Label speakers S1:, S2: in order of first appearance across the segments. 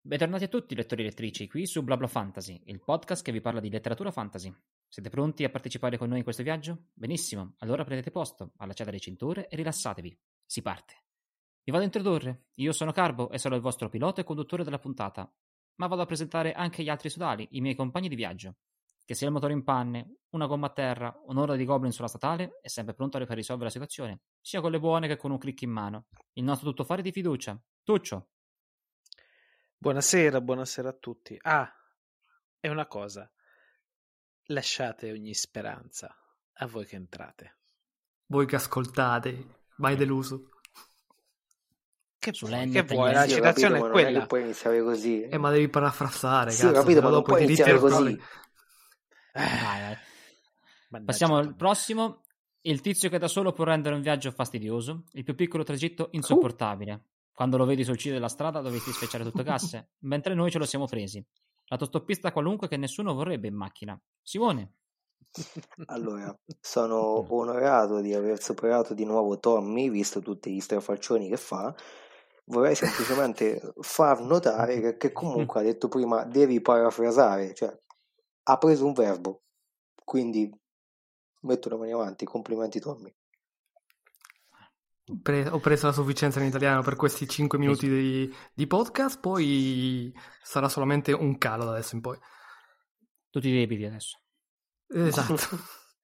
S1: Bentornati a tutti lettori e lettrici, qui su BlaBla Fantasy, il podcast che vi parla di letteratura fantasy. Siete pronti a partecipare con noi in questo viaggio? Benissimo, allora prendete posto, allacciate le cinture e rilassatevi. Si parte. Vi vado a introdurre, io sono Carbo e sarò il vostro pilota e conduttore della puntata, ma vado a presentare anche gli altri sodali, i miei compagni di viaggio. Che sia il motore in panne, una gomma a terra, un'ora di goblin sulla statale, è sempre pronto per risolvere la situazione, sia con le buone che con un click in mano. Il nostro tuttofare di fiducia, Tuccio.
S2: Buonasera a tutti. E una cosa, lasciate ogni speranza a voi che entrate.
S3: Voi che ascoltate, mai deluso.
S2: Che
S1: Sull'N
S2: vuoi? La citazione è quella.
S4: Non è che puoi iniziare così.
S3: Ma devi parafrasare,
S4: sì,
S3: cazzo.
S4: Ho capito, ma non puoi iniziare così.
S1: Vai. Passiamo al prossimo. Il tizio che da solo può rendere un viaggio fastidioso, il più piccolo tragitto insopportabile. Quando lo vedi sul ciglio della strada dovresti sfrecciare tutto casse, mentre noi ce lo siamo presi. L'autostoppista qualunque che nessuno vorrebbe in macchina. Simone.
S4: Allora, sono onorato di aver superato di nuovo Tommy, visto tutti gli strafalcioni che fa. Vorrei semplicemente far notare che comunque ha detto prima devi parafrasare, cioè ha preso un verbo, quindi metto le mani avanti, complimenti Tommy.
S3: Ho preso la sufficienza in italiano per questi 5 minuti di podcast, poi sarà solamente un calo da adesso in poi.
S1: Tutti i debiti adesso.
S3: Esatto.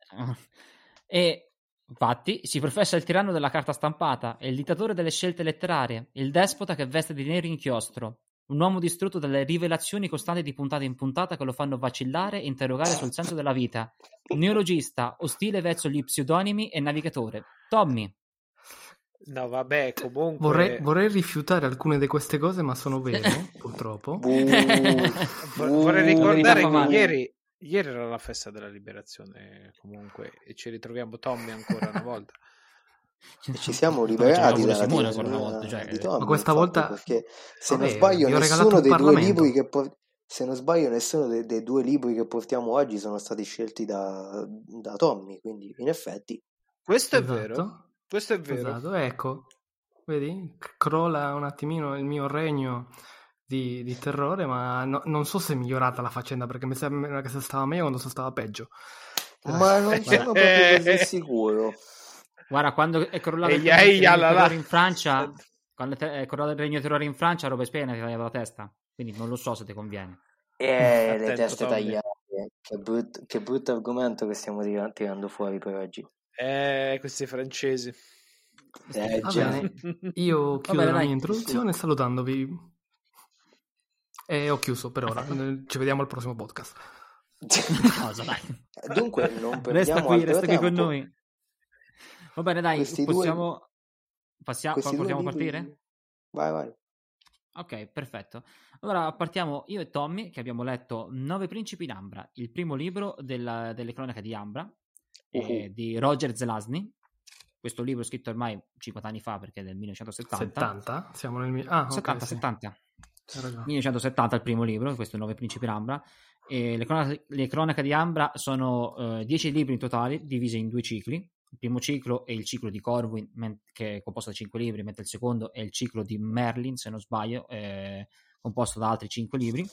S1: E infatti si professa il tiranno della carta stampata, è il dittatore delle scelte letterarie, il despota che veste di nero inchiostro, un uomo distrutto dalle rivelazioni costanti di puntata in puntata che lo fanno vacillare e interrogare sul senso della vita, un neologista ostile verso gli pseudonimi e navigatore. Tommy.
S2: No, vabbè, comunque
S3: vorrei rifiutare alcune di queste cose, ma sono vere, purtroppo.
S2: Vorrei ricordare che ieri era la festa della liberazione, comunque, e ci ritroviamo Tommy ancora una volta.
S4: E ci siamo liberati dalla
S1: Simone ancora una volta,
S4: di Tommy,
S3: ma questa volta
S4: perché se non sbaglio nessuno dei due libri che nessuno dei due libri che portiamo oggi sono stati scelti da Tommy, quindi in effetti
S2: questo è vero. Questo è vero.
S3: Esatto, ecco, vedi, crolla un attimino il mio regno di terrore, ma non so se è migliorata la faccenda, perché mi sembra che se stava meglio quando stava peggio.
S4: Ma non sono proprio così sicuro.
S1: Guarda, quando è crollato il regno terrore in Francia, quando è crollato il regno terrore in Francia, Robespierre ti ha tagliato la testa, quindi non lo so se ti conviene.
S4: Le teste tagliate, che brutto argomento che stiamo tirando fuori per oggi.
S2: Questi francesi.
S3: Va bene, io chiudo la mia introduzione salutandovi e ho chiuso per ora. Ci vediamo al prossimo podcast.
S1: Cosa, dai.
S4: Dunque non perdiamo
S1: resta qui con noi. Va bene, dai, possiamo partire?
S4: Vai.
S1: Ok, perfetto. Allora partiamo io e Tommy, che abbiamo letto 9 principi d'Ambra, il primo libro delle cronache di Ambra, di Roger Zelazny. Questo libro è scritto ormai 50 anni fa, perché è del 1970.
S3: 70? Siamo nel
S1: 70. 1970 il primo libro, questo è 9 principi d'Ambra. E le cronache di Ambra sono 10 libri in totale, divisi in 2 cicli. Il primo ciclo è il ciclo di Corwin, che è composto da 5 libri, mentre il secondo è il ciclo di Merlin, se non sbaglio, composto da altri 5 libri.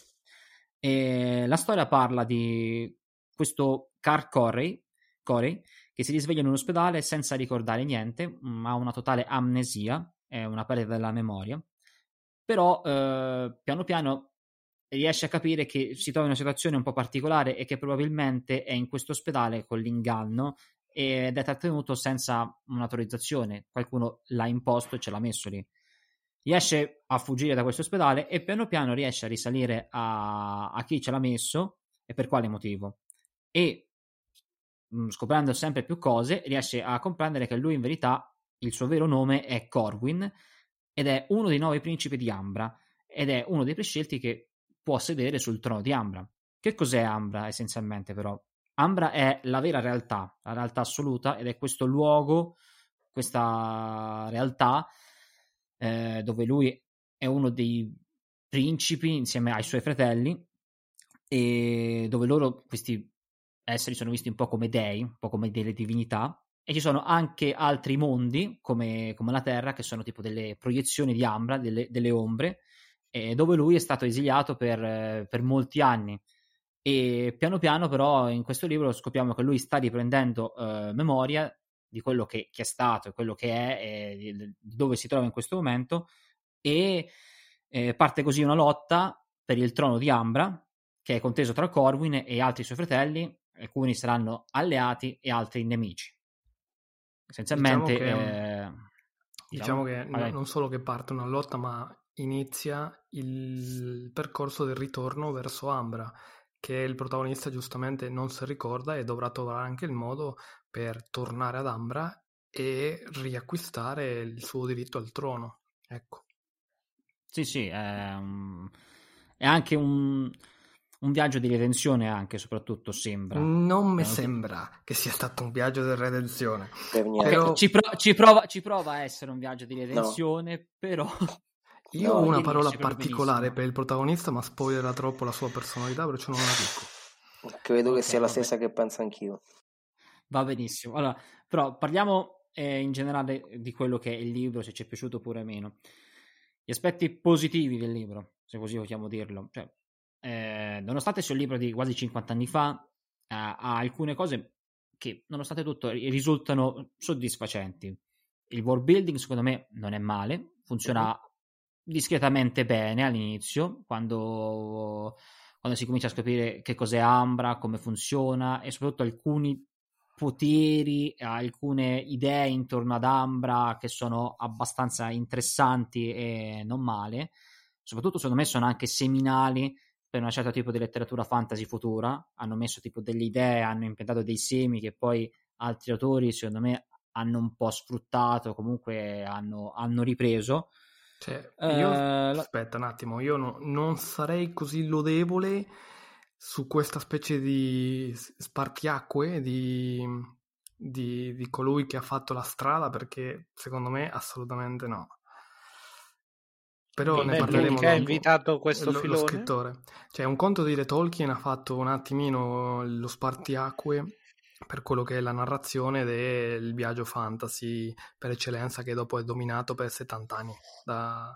S1: E la storia parla di questo Car Corey, che si risveglia in un ospedale senza ricordare niente, ha una totale amnesia, è una perdita della memoria, però piano piano riesce a capire che si trova in una situazione un po' particolare e che probabilmente è in questo ospedale con l'inganno ed è trattenuto senza un'autorizzazione, qualcuno l'ha imposto e ce l'ha messo lì. Riesce a fuggire da questo ospedale e piano piano riesce a risalire a chi ce l'ha messo e per quale motivo, e scoprendo sempre più cose riesce a comprendere che lui in verità il suo vero nome è Corwin ed è uno dei 9 principi di Ambra ed è uno dei prescelti che può sedere sul trono di Ambra. Che cos'è Ambra essenzialmente però? Ambra è la vera realtà, la realtà assoluta, ed è questo luogo, questa realtà dove lui è uno dei principi insieme ai suoi fratelli, e dove loro, questi esseri, sono visti un po' come dei, un po' come delle divinità, e ci sono anche altri mondi come la Terra, che sono tipo delle proiezioni di Ambra, delle ombre, dove lui è stato esiliato per molti anni. E piano piano però in questo libro scopriamo che lui sta riprendendo memoria di quello che è stato e quello che è, di dove si trova in questo momento, e parte così una lotta per il trono di Ambra, che è conteso tra Corwin e altri suoi fratelli. Alcuni saranno alleati e altri nemici. Essenzialmente
S3: diciamo che non solo che parte una lotta, ma inizia il percorso del ritorno verso Ambra, che il protagonista giustamente non si ricorda e dovrà trovare anche il modo per tornare ad Ambra e riacquistare il suo diritto al trono. Ecco.
S1: Sì, è anche un viaggio di redenzione, anche soprattutto sembra.
S3: Non mi sembra che sia stato un viaggio di redenzione.
S1: Però... ci prova a essere un viaggio di redenzione, no. Però...
S3: Io ho una parola particolare per il protagonista, ma spoilerà troppo la sua personalità, perciò non la dico.
S4: Credo che sia la stessa che penso anch'io.
S1: Va benissimo. Allora, però parliamo in generale di quello che è il libro, se ci è piaciuto oppure meno. Gli aspetti positivi del libro, se così vogliamo dirlo. Cioè, nonostante sia un libro di quasi 50 anni fa, ha alcune cose che, nonostante tutto, risultano soddisfacenti. Il world building, secondo me, non è male, funziona discretamente bene all'inizio, quando si comincia a scoprire che cos'è Ambra, come funziona, e soprattutto alcuni poteri, alcune idee intorno ad Ambra che sono abbastanza interessanti e non male. Soprattutto, secondo me, sono anche seminali per un certo tipo di letteratura fantasy futura. Hanno messo tipo delle idee, hanno impiantato dei semi che poi altri autori, secondo me, hanno un po' sfruttato, comunque hanno ripreso.
S3: Cioè, aspetta un attimo, io non sarei così lodevole su questa specie di spartiacque di colui che ha fatto la strada, perché secondo me assolutamente no. Però ne parleremo dopo.
S2: Che ha invitato questo filone?
S3: Lo scrittore. Cioè, un conto dire Tolkien ha fatto un attimino lo spartiacque per quello che è la narrazione del viaggio fantasy per eccellenza, che dopo è dominato per 70 anni, da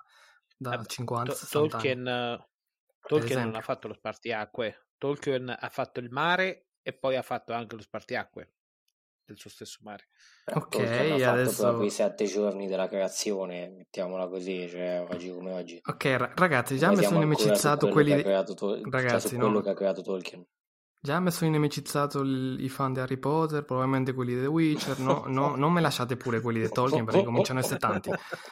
S3: 50-60 anni.
S2: Tolkien non ha fatto lo spartiacque, Tolkien ha fatto il mare e poi ha fatto anche lo spartiacque del suo stesso mare.
S4: Ok, ha fatto adesso proprio i 7 giorni della creazione, mettiamola così, cioè oggi come oggi.
S3: Ok, ragazzi, già mi sono inimicizzato quelli
S4: ragazzi, su quello che ha creato Tolkien.
S3: Già mi sono inimicizzato i fan di Harry Potter, probabilmente quelli di The Witcher, no, non me lasciate pure quelli di Tolkien perché cominciano a essere tanti.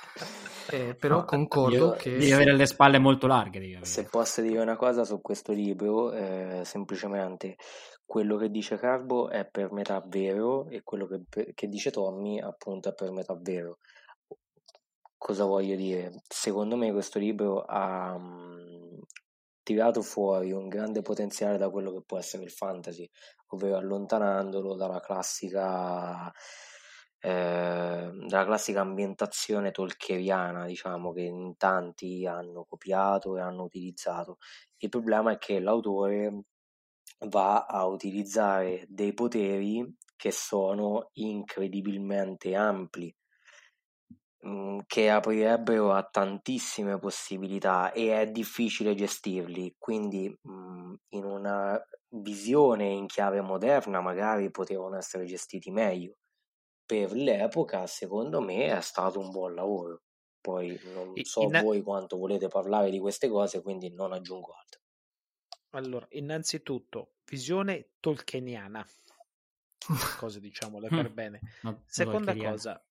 S3: Però concordo che...
S1: Devi avere le spalle molto larghe.
S4: Se posso dire una cosa su questo libro, semplicemente quello che dice Carbo è per metà vero e quello che dice Tommy appunto è per metà vero. Cosa voglio dire? Secondo me questo libro ha tirato fuori un grande potenziale da quello che può essere il fantasy, ovvero allontanandolo dalla classica ambientazione tolkieniana, diciamo, che in tanti hanno copiato e hanno utilizzato. Il problema è che l'autore va a utilizzare dei poteri che sono incredibilmente ampli, che aprirebbero a tantissime possibilità e è difficile gestirli, quindi in una visione in chiave moderna magari potevano essere gestiti meglio. Per l'epoca secondo me è stato un buon lavoro, poi non so voi quanto volete parlare di queste cose, quindi non aggiungo altro.
S2: Allora, innanzitutto visione tolkieniana, cose diciamole per bene. Seconda cosa,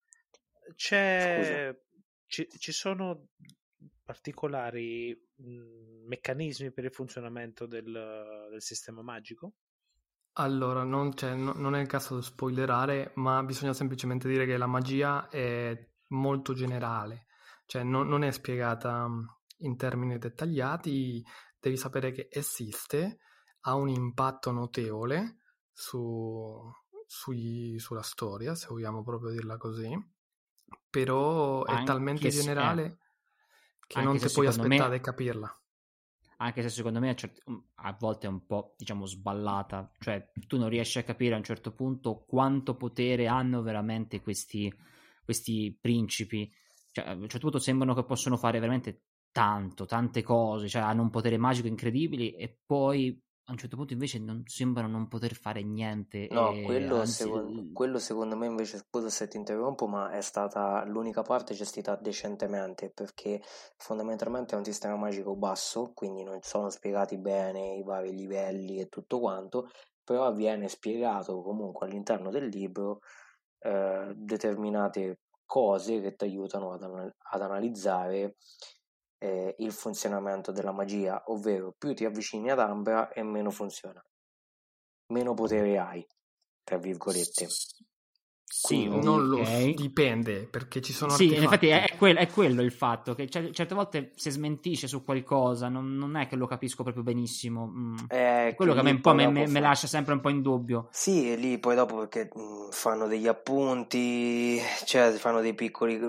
S2: ci sono particolari meccanismi per il funzionamento del sistema magico?
S3: Allora, non è il caso di spoilerare, ma bisogna semplicemente dire che la magia è molto generale, cioè non è spiegata in termini dettagliati, devi sapere che esiste, ha un impatto notevole sulla storia, se vogliamo proprio dirla così, però è talmente generale che non ti puoi aspettare di capirla.
S1: Anche se secondo me a volte è un po', diciamo, sballata, cioè tu non riesci a capire a un certo punto quanto potere hanno veramente questi principi, cioè a un certo punto sembrano che possono fare veramente tante cose, cioè hanno un potere magico incredibile e poi a un certo punto invece non sembrano non poter fare niente.
S4: No,
S1: Anzi,
S4: quello secondo me invece, scusa se ti interrompo, ma è stata l'unica parte gestita decentemente, perché fondamentalmente è un sistema magico basso, quindi non sono spiegati bene i vari livelli e tutto quanto, però viene spiegato comunque all'interno del libro determinate cose che ti aiutano ad analizzare il funzionamento della magia, ovvero più ti avvicini ad Ambra e meno funziona, meno potere hai, tra virgolette.
S1: sì,
S4: Quindi,
S1: ok.
S3: Dipende, perché ci sono
S1: Sì,
S3: artefatti.
S1: in effetti è quello il fatto, che certe volte se smentisce su qualcosa non è che lo capisco proprio benissimo. È quello che a me un po' me lascia sempre un po' in dubbio.
S4: Sì, e lì poi dopo perché fanno degli appunti, cioè fanno dei piccoli,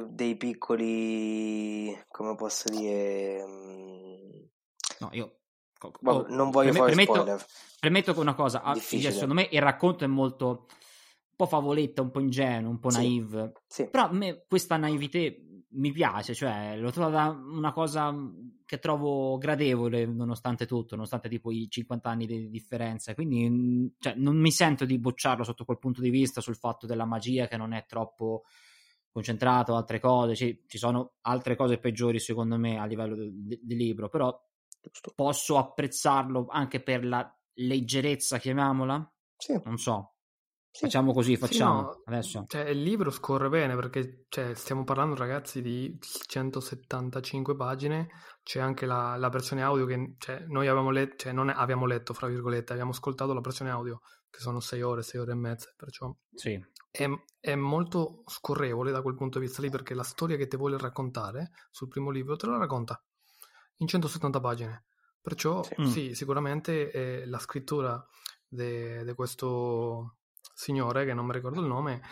S4: come posso dire...
S1: No, io
S4: non voglio fare spoiler.
S1: Premetto una cosa, secondo me il racconto è molto un po' favoletta, un po' ingenuo, un po' naive,
S4: sì.
S1: però a me questa naivete mi piace, cioè l'ho trovata una cosa che trovo gradevole nonostante tutto, nonostante tipo i 50 anni di differenza, quindi cioè, non mi sento di bocciarlo sotto quel punto di vista, sul fatto della magia che non è troppo concentrato, altre cose, ci sono altre cose peggiori secondo me a livello di libro, però posso apprezzarlo anche per la leggerezza, chiamiamola?
S4: Sì.
S1: Non so. Sì. Facciamo così, facciamo.
S3: Sì, no,
S1: adesso.
S3: Cioè, il libro scorre bene perché stiamo parlando, ragazzi, di 175 pagine. C'è anche la versione audio che noi avevamo letto, non abbiamo letto, fra virgolette, abbiamo ascoltato la versione audio, che sono 6 ore e mezza, perciò
S1: sì.
S3: È molto scorrevole da quel punto di vista lì, perché la storia che ti vuole raccontare sul primo libro te la racconta in 170 pagine. Perciò sì, sicuramente la scrittura di questo signore, che non mi ricordo il nome,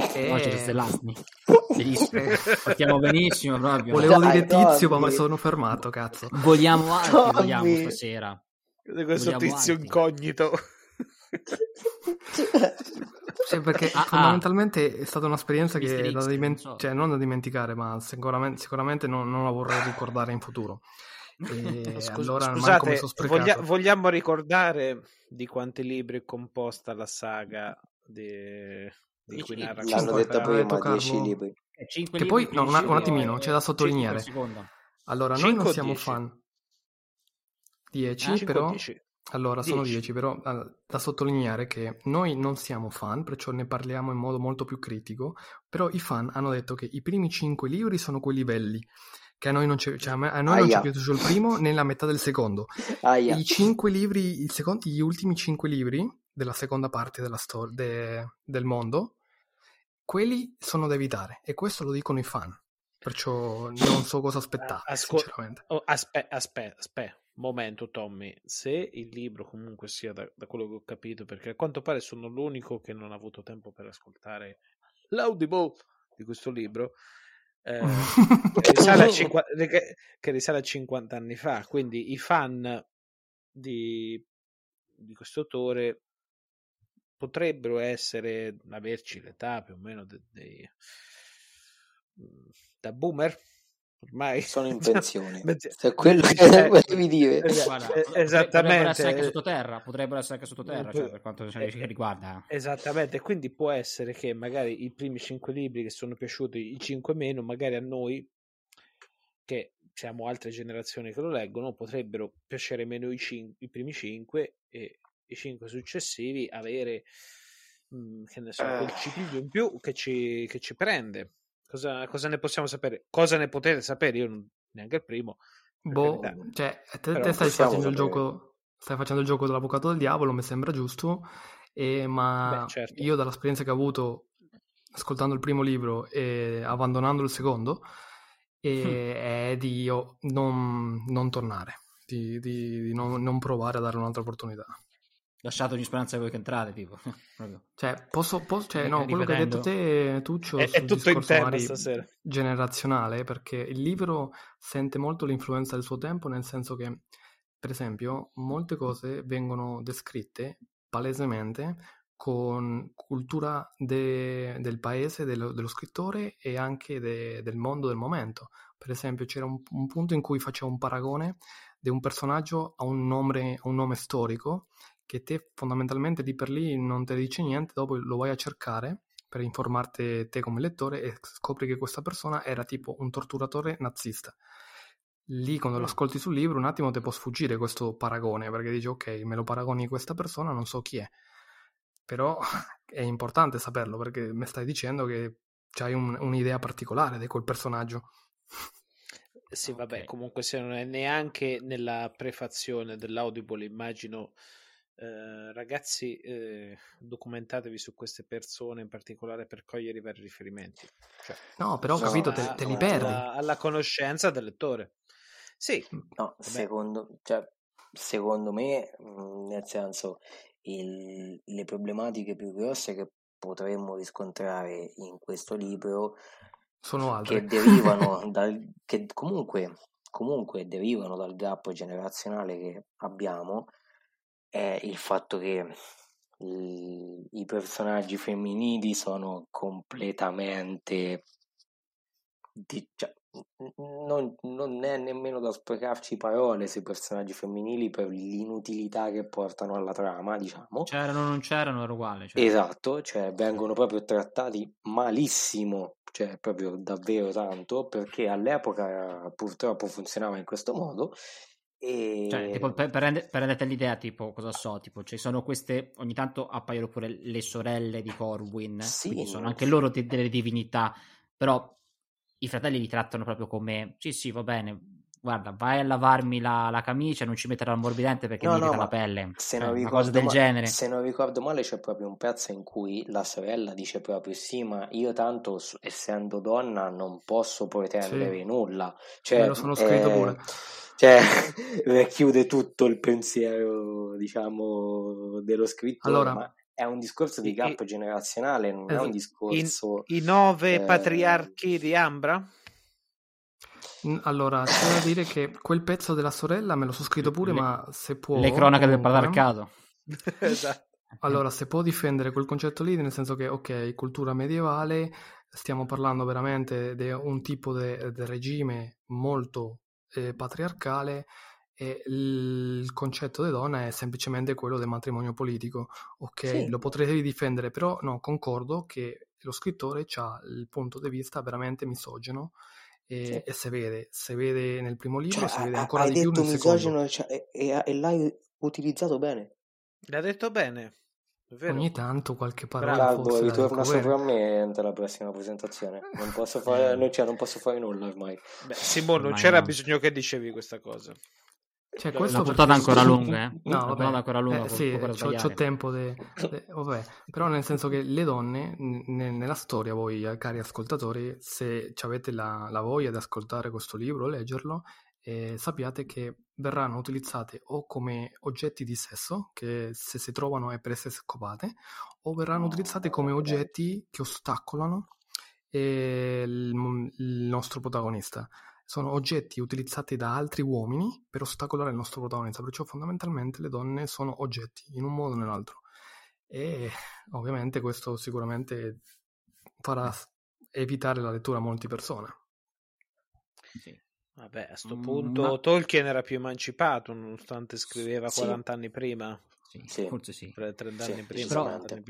S1: partiamo benissimo proprio.
S3: Volevo dire Tizio, ma mi sono fermato, cazzo.
S1: Vogliamo altri, stasera.
S2: Di questo Tizio incognito.
S3: Sì, perché fondamentalmente è stata un'esperienza che è da non da dimenticare, ma sicuramente non la vorrei ricordare in futuro.
S2: Scusate, vogliamo ricordare di quanti libri è composta la saga di cui narra?
S4: L'hanno detto prima, 10 libri.
S3: Che poi, no, un attimino, c'è da sottolineare. Allora, noi non siamo fan. 10, però... 10. Allora, sono 10, però da sottolineare che noi non siamo fan, perciò ne parliamo in modo molto più critico, però i fan hanno detto che i primi 5 libri sono quelli belli, che a noi non ci è piaciuto il primo né la metà del secondo. I 5 libri, gli ultimi 5 libri della seconda parte della storia del mondo, quelli sono da evitare, e questo lo dicono i fan, perciò non so cosa aspettare, sinceramente.
S2: Aspetta. Momento, Tommy, se il libro comunque sia da quello che ho capito, perché a quanto pare sono l'unico che non ha avuto tempo per ascoltare l'audible di questo libro, che risale a 50 anni fa, quindi i fan di questo autore potrebbero averci l'età più o meno da boomer. Ormai
S4: sono in pensione. È quello che volevi dire.
S2: Esattamente.
S1: Potrebbero essere anche sottoterra, cioè, per quanto ci riguarda.
S2: Esattamente, quindi può essere che magari i primi 5 libri che sono piaciuti, i 5 meno, magari a noi che siamo altre generazioni che lo leggono, potrebbero piacere meno i primi 5, e i 5 successivi avere che ne so, quel cipiglio in più che ci prende. Cosa ne possiamo sapere? Cosa ne potete sapere? Io neanche il primo.
S3: Te stai facendo il gioco. Stai facendo il gioco dell'avvocato del diavolo, mi sembra giusto. Ma certo. Io dall'esperienza che ho avuto ascoltando il primo libro e abbandonando il secondo è di non tornare, di non provare a dare un'altra opportunità.
S1: Lasciatogli speranza a voi che entrate, tipo.
S3: Quello che hai detto te, Tuccio,
S2: è tutto interno stasera.
S3: Generazionale, perché il libro sente molto l'influenza del suo tempo, nel senso che, per esempio, molte cose vengono descritte palesemente con cultura del paese, dello scrittore, e anche del mondo del momento. Per esempio, c'era un punto in cui faceva un paragone di un personaggio a un nome storico che te fondamentalmente lì per lì non te dice niente, dopo lo vai a cercare per informarti te come lettore e scopri che questa persona era tipo un torturatore nazista. Lì quando lo ascolti sul libro un attimo ti può sfuggire questo paragone, perché dici ok, me lo paragoni a questa persona, non so chi è, però è importante saperlo perché mi stai dicendo che c'hai un'idea particolare di quel personaggio.
S2: Sì, vabbè, comunque se non è neanche nella prefazione dell'Audible, immagino. Ragazzi, documentatevi su queste persone in particolare per cogliere i vari riferimenti. Cioè,
S3: no, però ho capito, te li perdi.
S2: Alla conoscenza del lettore. Sì.
S4: No, secondo me, nel senso, le problematiche più grosse che potremmo riscontrare in questo libro
S3: sono altre.
S4: Che derivano che comunque derivano dal gap generazionale che abbiamo, è il fatto che i personaggi femminili sono completamente non è nemmeno da sprecarci parole sui personaggi femminili per l'inutilità che portano alla trama, diciamo.
S1: C'erano o non c'erano, era uguale.
S4: Esatto, cioè vengono proprio trattati malissimo, cioè proprio davvero tanto, perché all'epoca purtroppo funzionava in questo modo. E...
S1: Cioè, tipo, per renderti l'idea, tipo, cosa so, tipo, ci sono queste, ogni tanto appaiono pure le sorelle di Corwin,
S4: sì,
S1: quindi sono anche loro delle divinità, però i fratelli li trattano proprio come, sì, va bene, guarda, vai a lavarmi la camicia, non ci mettere l'ammorbidente perché mi irrita la pelle, una cosa del genere.
S4: Se non ricordo male c'è proprio un pezzo in cui la sorella dice proprio sì, ma io tanto essendo donna non posso pretendere nulla, cioè,
S3: me lo sono scritto pure.
S4: Cioè, chiude tutto il pensiero, diciamo, dello scrittore,
S3: allora,
S4: ma è un discorso di gap generazionale, non è un discorso...
S2: I 9 patriarchi di Ambra?
S3: Allora, c'è da dire che quel pezzo della sorella me lo sono scritto pure, ma se può...
S1: Le cronache del patriarcato.
S2: Esatto.
S3: Allora, se può difendere quel concetto lì, nel senso che, ok, cultura medievale, stiamo parlando veramente di un tipo di regime molto patriarcale e il concetto di donna è semplicemente quello del matrimonio politico. Ok, sì, lo potrei difendere, però no, concordo che lo scrittore ha il punto di vista veramente misogino e si vede nel primo libro, si vede ancora di più nel secondo.
S4: E l'hai utilizzato bene.
S2: L'ha detto bene.
S3: Ogni tanto qualche parola
S4: Calvo, ritorna sopra a me la prossima presentazione. Non posso fare, non posso fare nulla ormai.
S2: Beh, Simone, non c'era bisogno che dicevi questa cosa.
S3: Cioè, questo
S1: la puntata ancora lunga,
S3: No, vabbè,
S1: ancora lunga,
S3: sì, c'ho tempo vabbè. Però nel senso che le donne nella storia, voi cari ascoltatori, se avete la voglia di ascoltare questo libro, leggerlo, sappiate che verranno utilizzate o come oggetti di sesso, che se si trovano è per essere scopate, o verranno utilizzate come oggetti che ostacolano il nostro protagonista. Sono oggetti utilizzati da altri uomini per ostacolare il nostro protagonista, perciò fondamentalmente le donne sono oggetti in un modo o nell'altro, e ovviamente questo sicuramente farà evitare la lettura a molte persone.
S2: Sì. Vabbè, a sto punto Tolkien era più emancipato, nonostante scriveva 40 anni prima.
S1: Sì, forse sì.
S2: 30 anni prima.
S1: Però,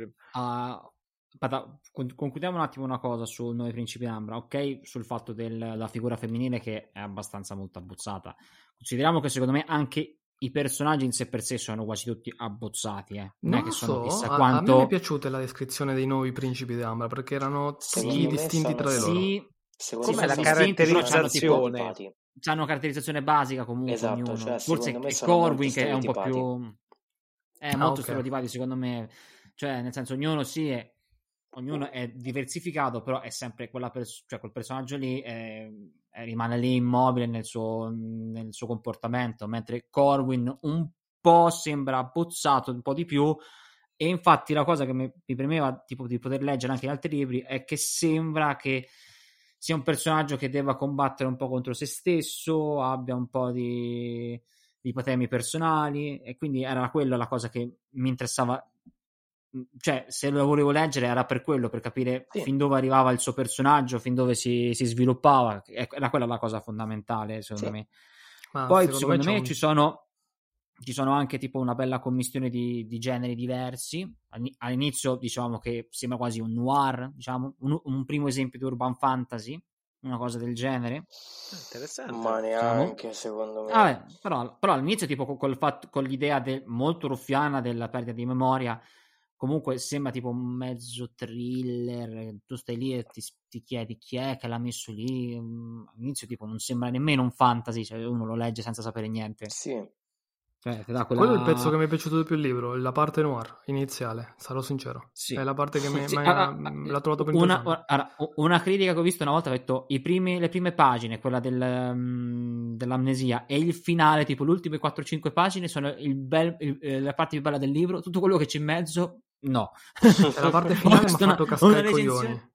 S1: aspetta, concludiamo un attimo una cosa sul Nuovi Principi d'Ambra, ok? Sul fatto della figura femminile che è abbastanza molto abbozzata. Consideriamo che secondo me anche i personaggi in sé per sé sono quasi tutti abbozzati, non è che sono chissà quanto...
S3: A me è piaciuta la descrizione dei Nuovi Principi d'Ambra perché erano tutti distinti tra di loro.
S2: Come la caratterizzazione?
S1: Hanno caratterizzazione basica comunque,
S4: esatto,
S1: ognuno.
S4: cioè,
S1: Forse Corwin che è un po' più... È molto stereotipati secondo me, cioè nel senso ognuno è diversificato, però è sempre quel personaggio lì rimane lì immobile nel suo comportamento, mentre Corwin un po' sembra abbozzato un po' di più, e infatti la cosa che mi premeva tipo di poter leggere anche in altri libri è che sembra che sia un personaggio che debba combattere un po' contro se stesso, abbia un po' di patemi personali, e quindi era quella la cosa che mi interessava cioè se lo volevo leggere era per quello, per capire
S4: Sì.
S1: fin dove arrivava il suo personaggio, fin dove si sviluppava, era quella la cosa fondamentale secondo me. Poi secondo me ci sono anche tipo una bella commistione di generi diversi. All'inizio diciamo che sembra quasi un noir, diciamo un primo esempio di urban fantasy, una cosa del genere.
S2: Interessante.
S4: Ma neanche, secondo me.
S1: Vabbè, però all'inizio tipo con l'idea molto ruffiana della perdita di memoria, comunque sembra tipo un mezzo thriller, tu stai lì e ti chiedi chi è che l'ha messo lì. All'inizio tipo non sembra nemmeno un fantasy, cioè uno lo legge senza sapere niente.
S4: Sì.
S1: Cioè, ti dà quella...
S3: Quello è il pezzo che mi è piaciuto di più il libro, la parte noir iniziale, sarò sincero.
S1: Sì.
S3: È la parte che l'ha trovato più
S1: interessante. Una critica che ho visto una volta ha detto le prime pagine, quella dell'amnesia, e il finale, tipo le ultime 4-5 pagine sono la parte più bella del libro, tutto quello che c'è in mezzo no.
S3: La parte finale mi ha fatto cascare i coglioni.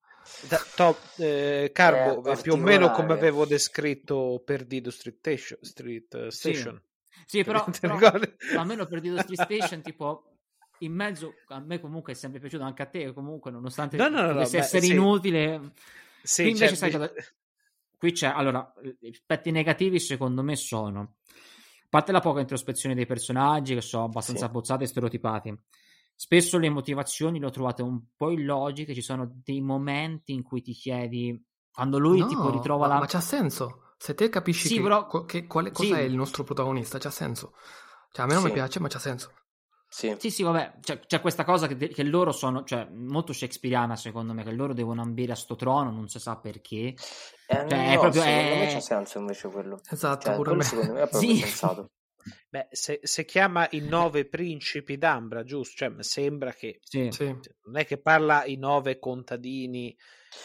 S2: Carbo, più o meno come avevo descritto Perdido Street Station.
S1: Sì, però almeno Perdido Street Station, tipo in mezzo, a me comunque è sempre piaciuto, anche a te comunque, nonostante dovesse essere inutile.
S2: Sì,
S1: qui invece qui c'è, allora, gli aspetti negativi secondo me sono, a parte la poca introspezione dei personaggi che sono abbastanza abbozzati e stereotipati, spesso le motivazioni le ho trovate un po' illogiche, ci sono dei momenti in cui ti chiedi, quando lui tipo ritrova
S3: ma c'ha senso. Se te capisci cosa è il nostro protagonista, c'ha senso. Cioè, a me non mi piace, ma c'ha senso.
S1: Sì, vabbè, c'è questa cosa che loro sono, cioè, molto shakespeariana secondo me, che loro devono ambire a sto trono, non si sa perché.
S4: Cioè, no, secondo me c'ha senso invece quello.
S3: Esatto,
S4: cioè,
S3: pure me.
S4: Secondo me è proprio sensato.
S2: Beh, se chiama i 9 principi d'Ambra, giusto? Cioè, sembra che non è che parla i 9 contadini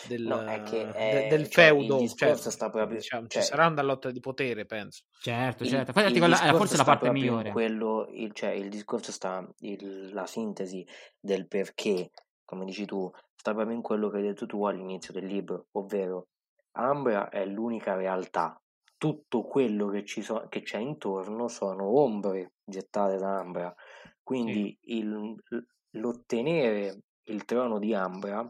S2: del feudo,
S4: il discorso sta proprio,
S2: ci sarà una lotta di potere, penso.
S1: Certo. Forse la parte migliore.
S4: Il discorso sta, la sintesi del perché, come dici tu, sta proprio in quello che hai detto tu all'inizio del libro, ovvero Ambra è l'unica realtà. Tutto quello che c'è intorno sono ombre gettate da Ambra, quindi l'ottenere il trono di Ambra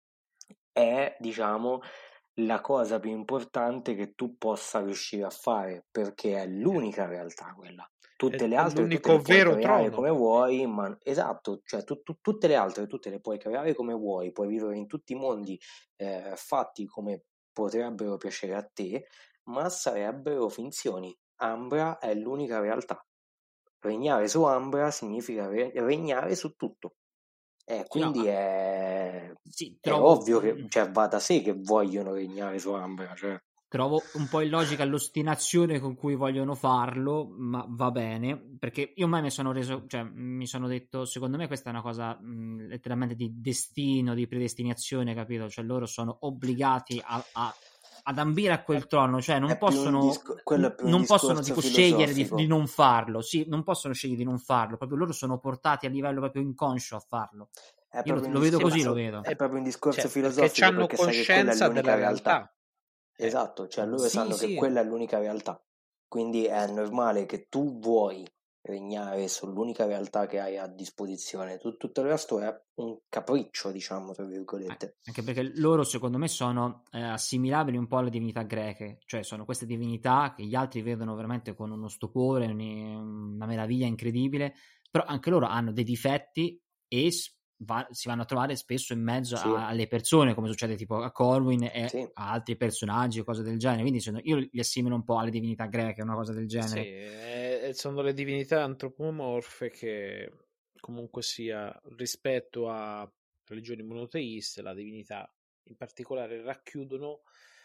S4: è, diciamo, la cosa più importante che tu possa riuscire a fare, perché è l'unica realtà quella. Tutte le altre
S2: l'unico vero trono
S4: come vuoi, ma esatto, cioè tutte le altre tutte le puoi creare come vuoi, puoi vivere in tutti i mondi fatti come potrebbero piacere a te, ma sarebbero finzioni. Ambra è l'unica realtà. Regnare su Ambra significa regnare su tutto. Quindi è ovvio che va da sé che vogliono regnare su Ambra. Cioè.
S1: Trovo un po' illogica l'ostinazione con cui vogliono farlo, ma va bene, perché io mai mi sono detto, secondo me questa è una cosa letteralmente di destino, di predestinazione, capito? Cioè loro sono obbligati ad ambire a quel trono, cioè non possono tipo scegliere di non farlo, non possono scegliere di non farlo, proprio loro sono portati a livello proprio inconscio a farlo. Io lo vedo così, lo vedo.
S4: È proprio un discorso filosofico,
S2: perché hanno coscienza della realtà.
S4: Esatto, cioè loro sanno che quella è l'unica realtà, quindi è normale che tu vuoi regnare sull'unica realtà che hai a disposizione, tutto il resto è un capriccio, diciamo, tra virgolette.
S1: Anche perché loro secondo me sono assimilabili un po' alle divinità greche, cioè sono queste divinità che gli altri vedono veramente con uno stupore, una meraviglia incredibile, però anche loro hanno dei difetti e si vanno a trovare spesso in mezzo alle persone, come succede tipo a Corwin e a altri personaggi o cose del genere, quindi io li assimilo un po' alle divinità greche, una cosa del genere.
S2: Sono le divinità antropomorfe che comunque sia rispetto a religioni monoteiste, la divinità in particolare racchiudono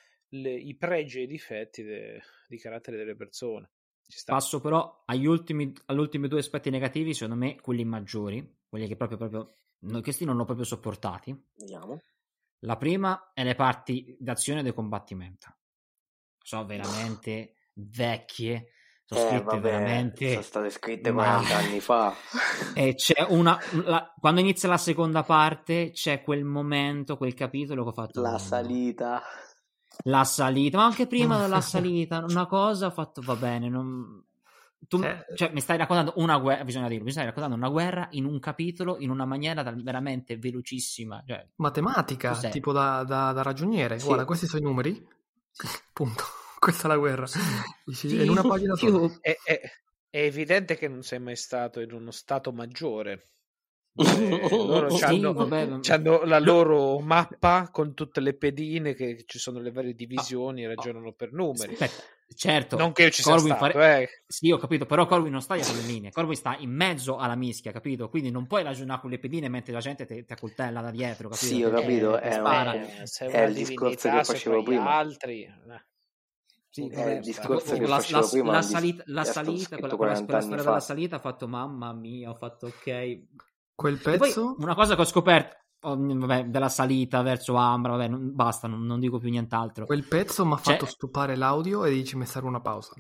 S2: i pregi e i difetti di carattere delle persone.
S1: Passo però agli ultimi 2 aspetti negativi, secondo me quelli maggiori, quelli che proprio questi non l'ho proprio sopportati.
S4: Vediamo.
S1: La prima è le parti d'azione e del combattimento. Sono veramente vecchie, sono scritte veramente.
S4: Sono state scritte 40 anni fa.
S1: E c'è quando inizia la seconda parte, c'è quel momento, quel capitolo che ho fatto.
S4: La salita,
S1: ma anche prima della salita, una cosa ho fatto, va bene, tu cioè, mi stai raccontando una guerra, bisogna dirlo, mi stai raccontando una guerra in un capitolo in una maniera veramente velocissima, cioè,
S3: matematica,
S1: cos'è?
S3: tipo da ragioniere.
S4: Sì.
S3: Guarda, questi sono i numeri. Punto. Questa è la guerra. Dici,
S1: Sì,
S3: in una pagina sola.
S2: È evidente che non sei mai stato in uno stato maggiore. Loro
S1: Sì,
S2: c'hanno la loro mappa con tutte le pedine, che ci sono le varie divisioni, ragionano per numeri.
S1: Aspetta, certo,
S2: Non che io ci sia
S1: Corwin
S2: stato,
S1: Sì, ho capito, però Corwin non sta dietro le linee, Corwin sta in mezzo alla mischia, capito? Quindi non puoi ragionare con le pedine mentre la gente ti accoltella da dietro, capito?
S4: Sì, ho capito,
S2: sei
S4: è
S2: una
S4: il discorso
S2: divinità
S4: che facevo
S2: sopra gli
S4: prima.
S2: altri.
S1: Sì,
S4: È
S1: vabbè,
S4: il discorso che
S1: la
S4: facevo prima.
S1: la
S4: è
S1: salita,
S4: stato scritto
S1: quella
S4: 40 anni
S1: storia
S4: fa.
S1: della salita, ho fatto mamma mia, ho fatto ok.
S3: Quel
S1: E poi
S3: pezzo,
S1: una cosa che ho scoperto, vabbè, della salita verso Ambra, vabbè, basta, non dico più nient'altro.
S3: quel pezzo mi ha
S1: Cioè-
S3: fatto stupare l'audio e dici mi serve una pausa.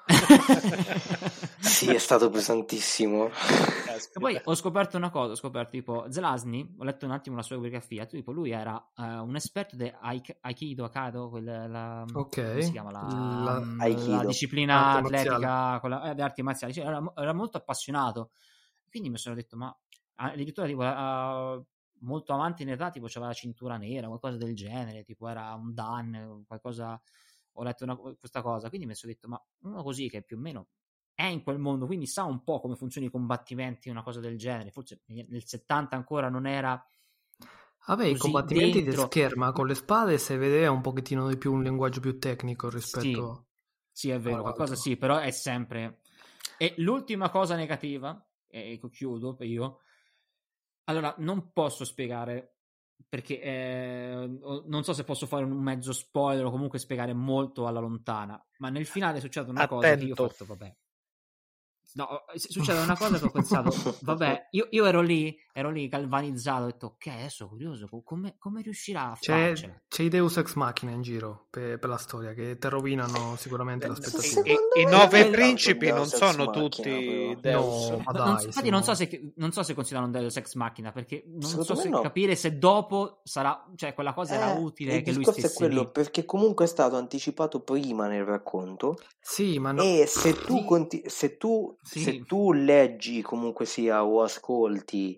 S4: Sì, è stato pesantissimo.
S1: E poi ho scoperto una cosa, tipo Zelazny, ho letto un attimo la sua biografia, tipo lui era un esperto di Aikido, come si chiama? La disciplina
S3: arte
S1: atletica, di arti marziali, cioè, era molto appassionato, quindi mi sono detto, ma addirittura tipo, molto avanti in età, tipo c'aveva la cintura nera, qualcosa del genere, tipo era un Dan, qualcosa, ho letto questa cosa, quindi mi sono detto, ma uno così che più o meno è in quel mondo, quindi sa un po' come funzionano i combattimenti, una cosa del genere. Forse nel 70 ancora non era
S3: Vabbè, i
S1: così
S3: combattimenti di
S1: dentro.
S3: scherma con le spade si vede un pochettino di più un linguaggio più tecnico rispetto
S1: Sì, è vero, qualcosa
S3: all'altro.
S1: sì, però è sempre... E l'ultima cosa negativa, e chiudo io, allora non posso spiegare, perché non so se posso fare un mezzo spoiler o comunque spiegare molto alla lontana, ma nel finale succede una cosa che io ho fatto, vabbè. No, succede una cosa che ho pensato, vabbè, io ero lì galvanizzato, ho detto, ok, adesso curioso, come riuscirà a farcela?
S3: C'è i Deus Ex Machina in giro per la storia che ti rovinano sicuramente l'aspettativa.
S2: I 9 principi non sono tutti Deus.
S3: No, ma dai,
S1: infatti non so se considerano un Deus Ex Machina, perché non
S4: Secondo
S1: so
S4: me
S1: se
S4: no.
S1: capire se dopo sarà, cioè quella cosa era utile
S4: Il
S1: che lui
S4: discorso è
S1: stesse
S4: quello,
S1: lì.
S4: perché comunque è stato anticipato prima nel racconto.
S3: Sì, ma no.
S4: E se tu,
S1: Sì.
S4: se tu leggi comunque sia o ascolti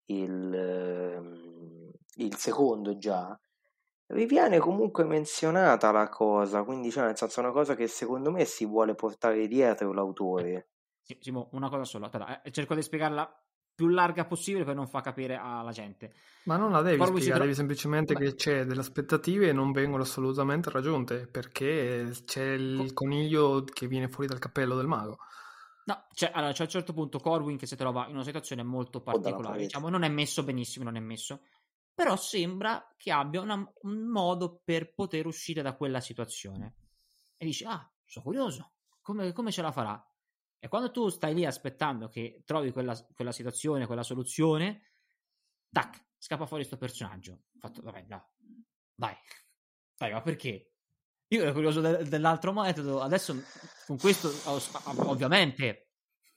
S4: il secondo già, riviene comunque menzionata la cosa, quindi cioè, nel senso è una cosa che secondo me si vuole portare dietro l'autore.
S1: Simo, una cosa sola, cerco di spiegarla più larga possibile per non far capire alla gente.
S3: Ma non la devi
S1: Corwin
S3: spiegare, devi semplicemente che c'è delle aspettative e non vengono assolutamente raggiunte, perché c'è il coniglio che viene fuori dal cappello del mago.
S1: No, c'è a un certo punto Corwin che si trova in una situazione molto particolare, diciamo, non è messo benissimo, però sembra che abbia un modo per poter uscire da quella situazione. E dici, sono curioso, come ce la farà? E quando tu stai lì aspettando che trovi quella situazione, quella soluzione, tac, scappa fuori sto personaggio. Ho fatto, vabbè, no, vai, ma perché? Io ero curioso dell'altro metodo, adesso con questo, ovviamente,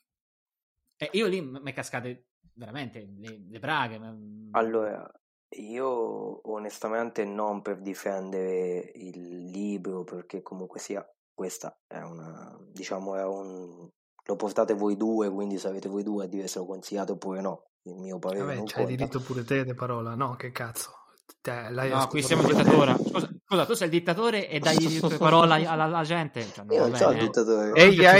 S1: io lì mi è cascate veramente le braghe.
S4: Allora, io onestamente non per difendere il libro, perché comunque sia, questa è una, diciamo, lo portate voi due, quindi se avete voi due a dire se lo consigliate oppure no, il mio parere
S3: Vabbè,
S4: non
S3: c'hai
S4: conta.
S3: diritto pure te di parola, no? Che cazzo?
S1: No, qui siamo in dittatura. Scusa, tu sei il dittatore e dai diritto di parola alla gente. Cioè,
S4: Io non sono il dittatore.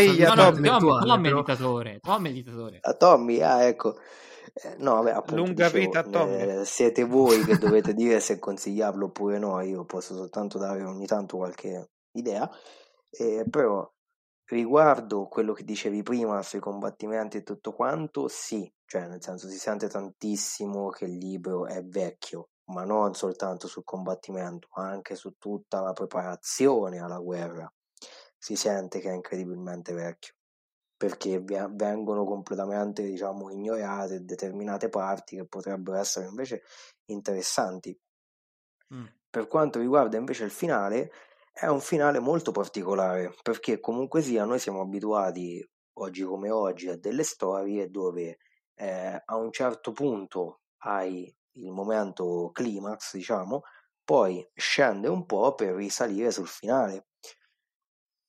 S1: Tommy il dittatore.
S4: Tommy, ecco. No, vabbè, appunto,
S2: Lunga
S4: dicevo,
S2: vita a Tommy.
S4: siete voi che dovete dire se consigliarlo oppure no, io posso soltanto dare ogni tanto qualche idea, però riguardo quello che dicevi prima sui combattimenti e tutto quanto, sì, cioè nel senso si sente tantissimo che il libro è vecchio, ma non soltanto sul combattimento, anche su tutta la preparazione alla guerra si sente che è incredibilmente vecchio, perché vengono completamente, diciamo, ignorate determinate parti che potrebbero essere invece interessanti. Per quanto riguarda invece il finale, è un finale molto particolare, perché comunque sia noi siamo abituati oggi come oggi a delle storie dove a un certo punto hai il momento climax, diciamo, poi scende un po' per risalire sul finale.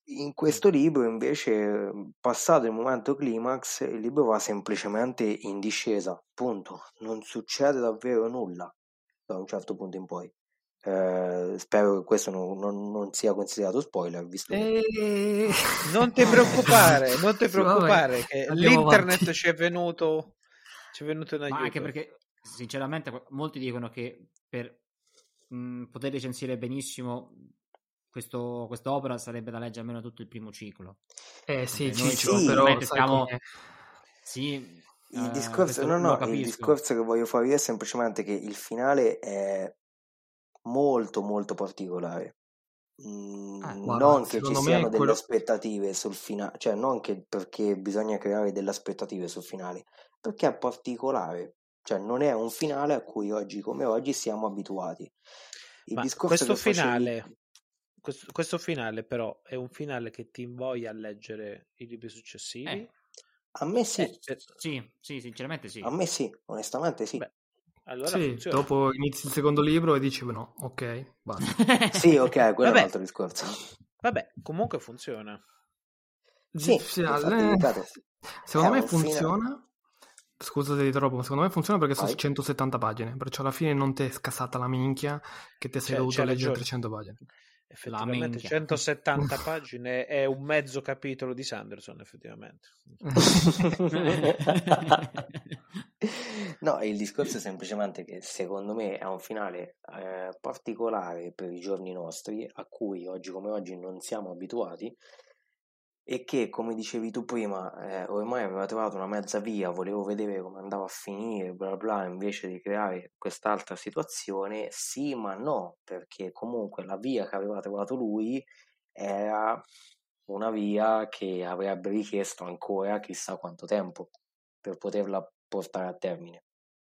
S4: In questo libro invece, passato il momento climax, il libro va semplicemente in discesa, punto. Non succede davvero nulla da un certo punto in poi. Spero che questo non sia considerato spoiler, visto che...
S2: Non ti preoccupare,
S3: Vabbè,
S2: che
S3: andiamo
S2: l'internet
S3: avanti.
S2: ci è venuto in aiuto.
S1: Ma anche perché, sinceramente, molti dicono che per poter recensire benissimo quest'opera sarebbe da leggere almeno tutto il primo ciclo.
S3: Sì,
S1: Noi
S3: Ciccio,
S4: sì,
S3: però
S1: ovviamente
S3: sai com'è.
S4: il discorso,
S1: questo lo
S4: il
S1: capisco.
S4: discorso che voglio fare io è semplicemente che il finale è molto molto particolare.
S3: Guarda,
S4: Non che ci
S3: secondo me
S4: siano delle
S3: quello...
S4: aspettative sul finale, cioè non che perché bisogna creare delle aspettative sul finale, perché è particolare, cioè non è un finale a cui oggi come oggi siamo abituati. Il
S2: Ma
S4: discorso che facevi...
S2: questo finale però è un finale che ti invoglia a leggere i libri successivi?
S4: A me sì,
S1: Sì, sinceramente sì.
S4: a me sì, onestamente sì.
S2: Beh, allora
S3: Sì,
S2: funziona.
S3: dopo inizi il secondo libro e dici no, ok, basta.
S4: Sì, ok, quello è un
S2: Vabbè.
S4: altro discorso.
S2: Vabbè, comunque funziona.
S4: Sì, infatti, ripeto,
S3: secondo
S4: è
S3: me
S4: un
S3: funziona. Scusa se ti interrompo, ma secondo me funziona perché sono
S4: Vai.
S3: 170 pagine, perciò alla fine non ti è scassata la minchia che ti sei dovuto
S2: c'è
S3: leggere
S2: ragione.
S3: 300 pagine.
S2: Effettivamente
S1: minchia.
S2: 170 pagine è un mezzo capitolo di Sanderson, effettivamente.
S4: No, il discorso è semplicemente che secondo me è un finale particolare per i giorni nostri, a cui oggi come oggi non siamo abituati, e che, come dicevi tu prima, ormai aveva trovato una mezza via, volevo vedere come andava a finire, bla bla, invece di creare quest'altra situazione. Sì, ma no, perché comunque la via che aveva trovato lui era una via che avrebbe richiesto ancora chissà quanto tempo per poterla portare a termine.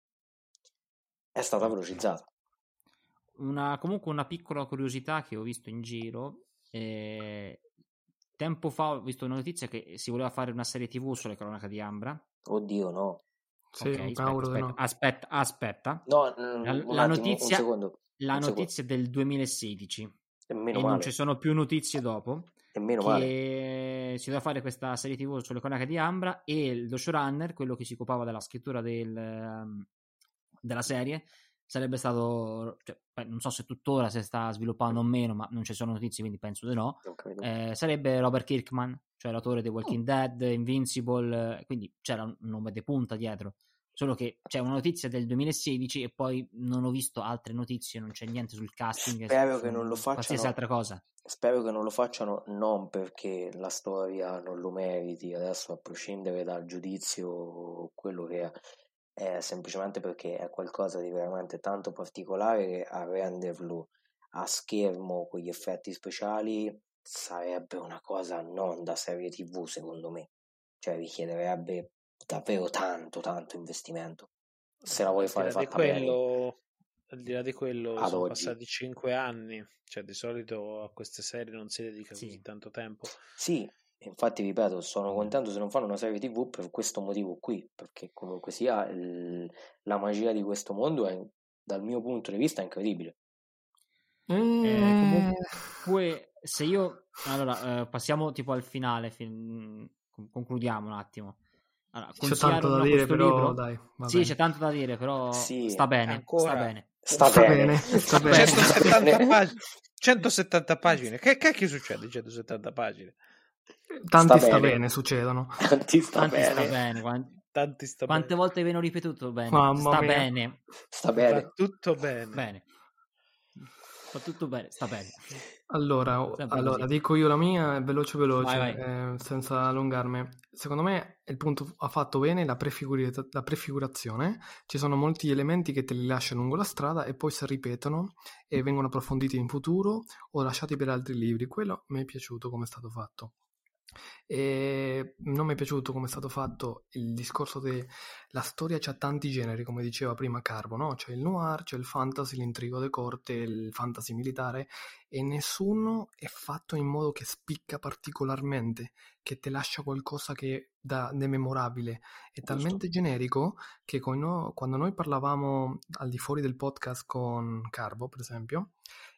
S4: È stata velocizzata.
S1: Comunque una piccola curiosità che ho visto in giro. Tempo fa ho visto una notizia che si voleva fare una serie TV sulle cronache di Ambra.
S4: Oddio, no.
S3: Sì,
S1: Ok,
S3: no.
S1: aspetta.
S4: No,
S1: La notizia,
S4: un secondo.
S1: notizia è del 2016
S4: E meno
S1: e
S4: male.
S1: non ci sono più notizie dopo.
S4: E meno
S1: che
S4: male.
S1: si doveva fare questa serie TV sulle cronache di Ambra e lo showrunner, quello che si occupava della scrittura della serie, sarebbe stato, cioè, non so se tuttora si sta sviluppando o meno, ma non ci sono notizie, quindi penso di no. Sarebbe Robert Kirkman, cioè l'autore di Walking Dead, Invincible, quindi c'era un nome di punta dietro. Solo che c'è una notizia del 2016 e poi non ho visto altre notizie, non c'è niente sul casting.
S4: Spero che non lo facciano.
S1: Qualsiasi altra cosa.
S4: Spero che non lo facciano non perché la storia non lo meriti, adesso a prescindere dal giudizio quello che è semplicemente perché è qualcosa di veramente tanto particolare che a renderlo a schermo con gli effetti speciali sarebbe una cosa non da serie TV, secondo me. Cioè richiederebbe davvero tanto investimento. Se la vuoi fare fatta bene.
S2: Al di là di quello,
S4: ad
S2: sono
S4: oggi.
S2: passati 5 anni, cioè di solito a queste serie non si dedica così tanto tempo.
S4: Sì, infatti ripeto, sono contento se non fanno una serie TV per questo motivo qui, perché comunque sia la magia di questo mondo è, dal mio punto di vista, incredibile.
S1: Comunque, se io... Allora, passiamo tipo al finale, concludiamo un attimo. Allora,
S3: c'è tanto da dire, però
S1: libro?
S3: dai.
S1: Sì, c'è tanto da dire, però
S4: sì,
S1: sta bene.
S2: Ancora.
S4: Sta bene.
S2: 170 pagine. Che cacchio succede in 170 pagine?
S3: Tanti sta bene, succedono.
S4: Tanti sta bene.
S1: Quante volte ve ne ho ripetuto bene?
S3: Mamma mia.
S1: Bene.
S4: Sta bene.
S2: Va tutto bene.
S1: Va tutto bene, sta bene.
S3: Allora dico io la mia, veloce,
S1: Vai.
S3: senza allungarmi. Secondo me il punto ha fatto bene la prefigurazione. Ci sono molti elementi che te li lascia lungo la strada e poi si ripetono e vengono approfonditi in futuro o lasciati per altri libri. Quello mi è piaciuto come è stato fatto. E non mi è piaciuto come è stato fatto il discorso la storia c'ha tanti generi, come diceva prima Carbo, no? C'è il noir, c'è il fantasy, l'intrigo de corte, il fantasy militare e nessuno è fatto in modo che spicca particolarmente, che ti lascia qualcosa che da memorabile. È talmente generico che quando noi parlavamo al di fuori del podcast con Carbo, per esempio,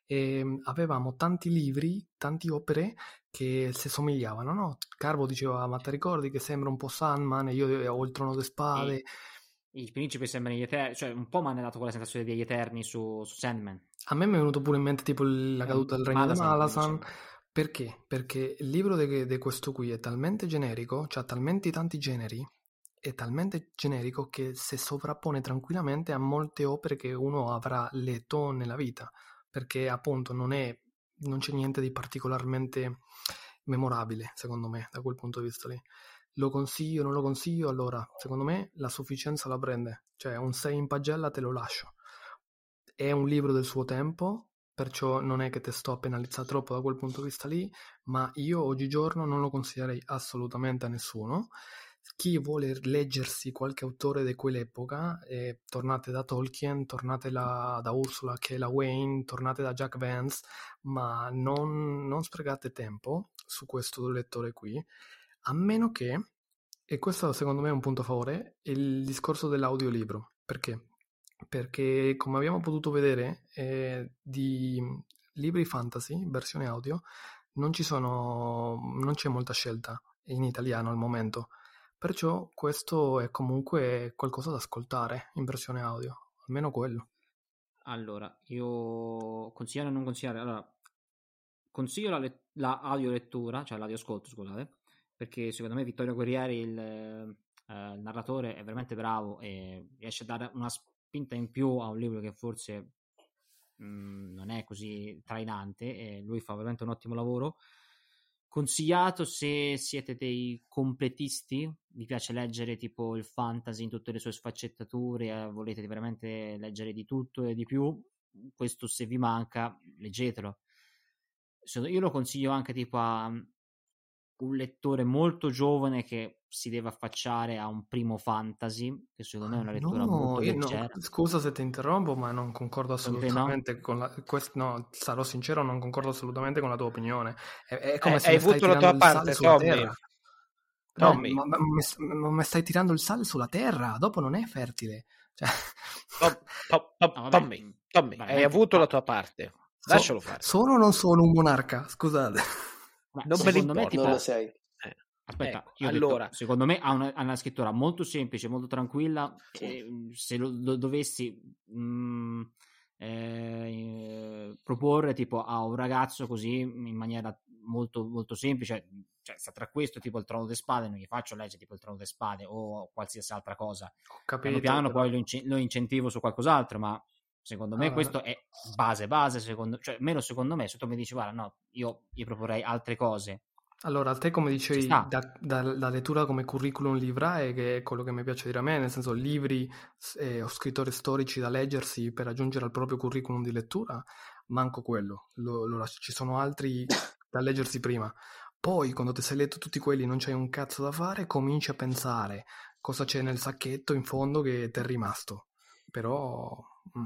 S3: e avevamo tanti libri, tante opere che si somigliavano, no? Carvo diceva, ma ti ricordi che sembra un po' Sandman e io ho il Trono delle Spade?
S1: I principi sembrano gli Eterni, cioè un po' mi hanno dato quella sensazione degli Eterni su Sandman.
S3: A me mi è venuto pure in mente tipo la caduta del regno di Malasan.
S1: diciamo.
S3: Perché? Perché il libro di questo qui è talmente generico, ha talmente tanti generi, è talmente generico che si sovrappone tranquillamente a molte opere che uno avrà letto nella vita, perché appunto non c'è niente di particolarmente memorabile, secondo me, da quel punto di vista lì. Lo consiglio, non lo consiglio? Allora, secondo me la sufficienza la prende, cioè un 6 in pagella te lo lascio. È un libro del suo tempo, perciò non è che te sto a penalizzare troppo da quel punto di vista lì, ma io oggigiorno non lo consiglierei assolutamente a nessuno. Chi vuole leggersi qualche autore di quell'epoca, tornate da Tolkien, tornate da Ursula K. Le Guin, tornate da Jack Vance, ma non sprecate tempo su questo lettore qui, a meno che, e questo secondo me è un punto a favore, il discorso dell'audiolibro. Perché? Perché come abbiamo potuto vedere di libri fantasy in versione audio non c'è molta scelta in italiano al momento, perciò questo è comunque qualcosa da ascoltare in versione audio, almeno quello.
S1: Allora, io consigliare o non consigliare? Allora, consiglio la audiolettura, cioè l'audioscolto, scusate, perché secondo me Vittorio Guerrieri, il narratore, è veramente bravo e riesce a dare una spinta in più a un libro che forse non è così trainante, e lui fa veramente un ottimo lavoro. Consigliato se siete dei completisti, vi piace leggere tipo il fantasy in tutte le sue sfaccettature, volete veramente leggere di tutto e di più, questo se vi manca leggetelo. Io lo consiglio anche tipo a un lettore molto giovane che si deve affacciare a un primo fantasy, che secondo me è una lettura molto leggera.
S3: Scusa se ti interrompo, ma non concordo assolutamente con no, sarò sincero, non concordo assolutamente con la tua opinione. È come se
S2: hai avuto la tua parte, Tommy.
S3: Tommy. No, ma stai tirando il sale sulla terra, dopo non è fertile. Cioè...
S2: Tommy, hai avuto la tua parte. Lascialo fare.
S3: Sono o non sono un monarca? Scusate.
S2: Non me l'importa.
S4: Tipo... Non lo sei.
S1: Aspetta, io allora, detto, secondo me ha una scrittura molto semplice, molto tranquilla. Se lo dovessi proporre tipo a un ragazzo così in maniera molto, molto semplice, cioè sta tra questo tipo il Trono delle Spade, non gli faccio leggere tipo il Trono delle Spade o qualsiasi altra cosa.
S3: Ho capito,
S1: piano poi lo incentivo su qualcos'altro, ma secondo me questo è base, cioè meno secondo me. Se tu mi dici guarda no, io proporrei altre cose.
S3: Allora, a te come dicevi, da lettura come curriculum livrae, che è quello che mi piace dire a me, nel senso libri o scrittori storici da leggersi per aggiungere al proprio curriculum di lettura, manco quello, ci sono altri da leggersi prima. Poi, quando ti sei letto tutti quelli e non c'hai un cazzo da fare, cominci a pensare cosa c'è nel sacchetto in fondo che ti è rimasto. Però...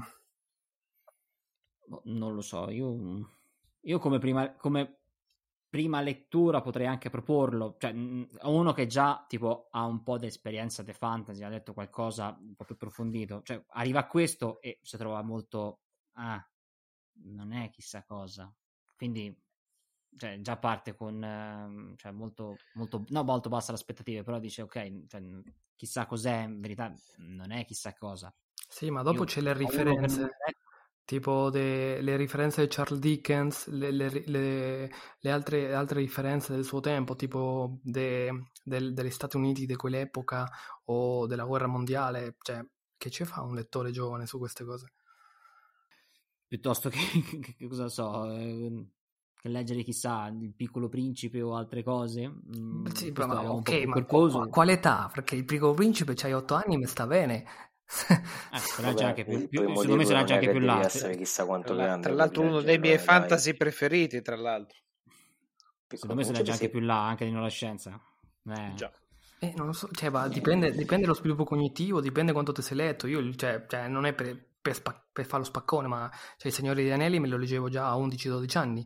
S1: Non lo so, io come prima lettura potrei anche proporlo, cioè uno che già tipo ha un po' di esperienza di fantasy, ha letto qualcosa un po' più approfondito, cioè arriva a questo e si trova molto non è chissà cosa, quindi cioè, già parte con cioè molto bassa l'aspettative, però dice ok, cioè, chissà cos'è, in verità non è chissà cosa.
S3: Sì, ma dopo c'è le riferenze, tipo le riferenze di Charles Dickens, le altre riferenze del suo tempo, tipo degli Stati Uniti di quell'epoca o della guerra mondiale, cioè che ci fa un lettore giovane su queste cose?
S1: Piuttosto che cosa so, che leggere chissà Il Piccolo Principe o altre cose.
S3: Sì, ma ok, ma quale età? Perché Il Piccolo Principe c'hai 8 anni e mi sta bene.
S1: Vabbè, anche secondo me sarà già anche più là.
S4: Chissà quanto grande.
S2: Tra l'altro uno dei miei fantasy preferiti, tra l'altro.
S1: Secondo me sarà già anche più là, anche nell'adolescenza.
S2: Già.
S3: Non lo so, cioè, dipende dallo sviluppo cognitivo, dipende quanto ti sei letto. Io, cioè non è per per fare lo spaccone, ma cioè, il Signore degli Anelli me lo leggevo già a 11-12 anni.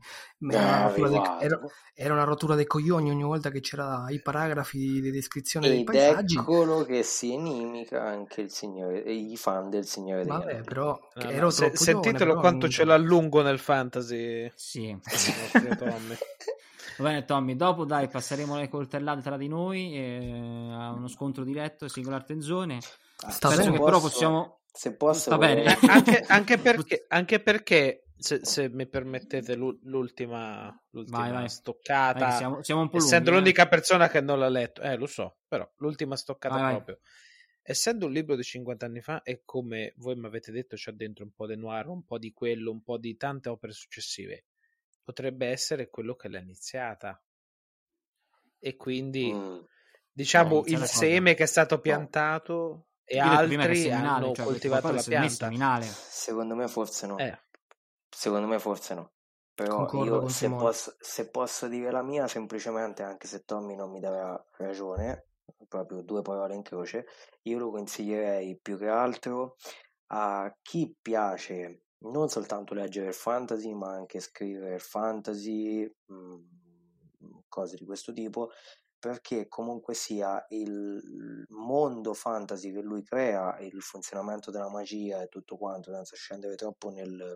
S3: Era una rottura dei coglioni ogni volta che c'era i paragrafi di descrizione dei paesaggi.
S4: Eccolo che si inimica anche i fan del Signore degli Anelli.
S3: Però ero troppo
S2: sentitelo
S3: giovane,
S2: quanto ce l'allungo nel fantasy.
S1: Sì.
S2: Tommy.
S1: Va bene, Tommy, dopo dai, passeremo le coltellate tra di noi a uno scontro diretto, singolar tenzone. Penso che però possiamo...
S4: Se posso,
S1: sta bene.
S2: anche perché se mi permettete l'ultima
S1: vai.
S2: stoccata,
S1: vai, siamo un po'
S2: essendo
S1: lunghi,
S2: l'unica persona che non l'ha letto, lo so, però l'ultima stoccata
S1: vai.
S2: proprio. Essendo un libro di 50 anni fa, e come voi mi avete detto, c'è dentro un po' di noir, un po' di quello, un po' di tante opere successive. Potrebbe essere quello che l'ha iniziata. E quindi, diciamo, il seme che è stato piantato e altri hanno coltivato la pianta.
S4: Secondo me forse no.
S2: Secondo me
S4: forse no. Però io se posso dire la mia, semplicemente, anche se Tommy non mi darà ragione, proprio 2 parole in croce, io lo consiglierei più che altro a chi piace non soltanto leggere il fantasy, ma anche scrivere il fantasy, cose di questo tipo, perché comunque sia il mondo fantasy che lui crea, il funzionamento della magia e tutto quanto, senza scendere troppo nel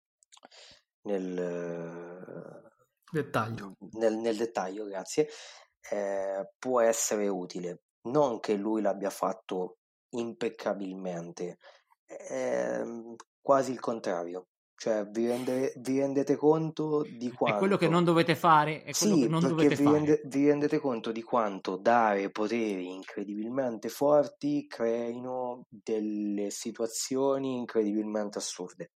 S4: dettaglio, grazie, può essere utile. Non che lui l'abbia fatto impeccabilmente, quasi il contrario. Cioè vi rendete conto di quanto...
S1: È quello che non dovete fare.
S4: Vi rendete conto di quanto dare poteri incredibilmente forti creino delle situazioni incredibilmente assurde.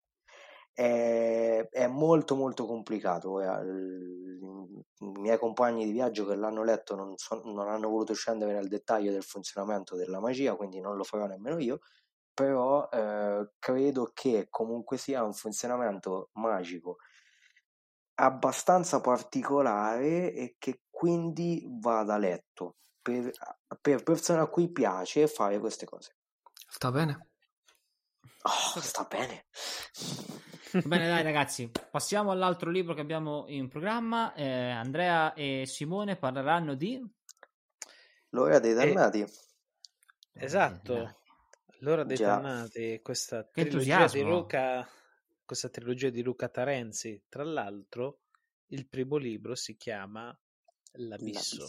S4: È molto molto complicato. I miei compagni di viaggio che l'hanno letto non hanno voluto scendere nel dettaglio del funzionamento della magia, quindi non lo farò nemmeno io, però credo che comunque sia un funzionamento magico abbastanza particolare e che quindi vada letto per persone a cui piace fare queste cose.
S3: Sta bene?
S4: Sta bene.
S1: Bene, dai ragazzi, passiamo all'altro libro che abbiamo in programma. Andrea e Simone parleranno di
S4: L'ora dei dannati.
S2: Esatto, l'ora dei dannati, questa trilogia di Luca Tarenzi. Tra l'altro il primo libro si chiama L'Abisso.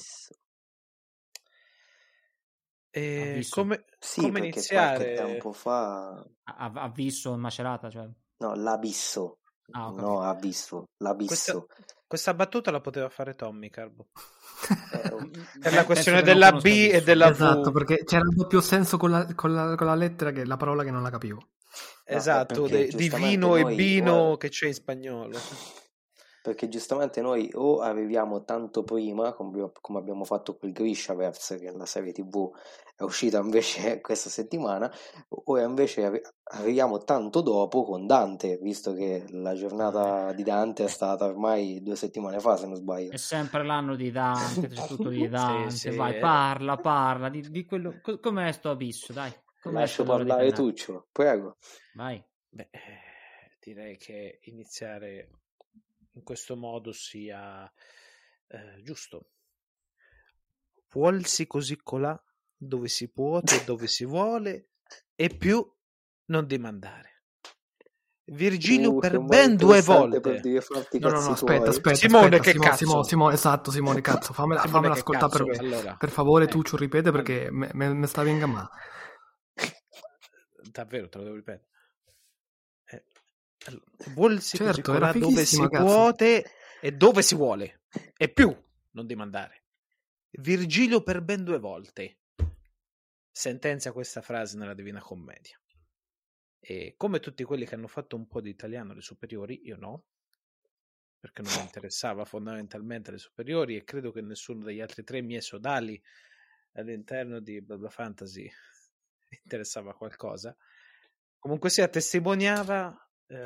S2: E come iniziare?
S4: Qualche tempo fa
S1: Avviso Macerata, cioè.
S4: No, L'Abisso. No, ha visto L'Abisso.
S2: Questa battuta la poteva fare Tommy Carbo. Per la questione della B e della V.
S3: Esatto, perché c'era un doppio senso con la lettera, che la parola che non la capivo.
S2: Esatto, di vino e bino che c'è in spagnolo.
S4: Perché giustamente noi o arriviamo tanto prima, come abbiamo fatto con il Grishaverse, che è la serie TV è uscita invece questa settimana, o invece arriviamo tanto dopo con Dante, visto che la giornata di Dante è stata ormai 2 settimane fa, se non sbaglio.
S1: È sempre l'anno di Dante, c'è tutto di Dante. Sì, vai, parla di quello. Com'è sto Abisso, dai.
S4: Lascio parlare Tuccio, prego.
S1: Vai.
S2: Beh, direi che iniziare in questo modo sia giusto. Vuolsi così colà, dove si può e dove si vuole, e più non dimandare. Virgilio per ben 2 volte.
S3: No, aspetta.
S2: Simone, che cazzo?
S3: Simone, esatto, Simone, cazzo. Fammela ascoltare per me.
S2: Allora,
S3: per favore, Tuccio, ripete perché me stavi in gamma.
S2: Davvero, te lo devo ripetere. Allora, vuolsi così colà, dove si
S3: può
S2: e dove si vuole, e più non dimandare. Virgilio per ben 2 volte sentenzia questa frase nella Divina Commedia. E come tutti quelli che hanno fatto un po' di italiano alle superiori, io no, perché non mi interessava fondamentalmente le superiori, e credo che nessuno degli altri 3 miei sodali all'interno di Bla Fantasy interessava qualcosa. Comunque sia, testimoniava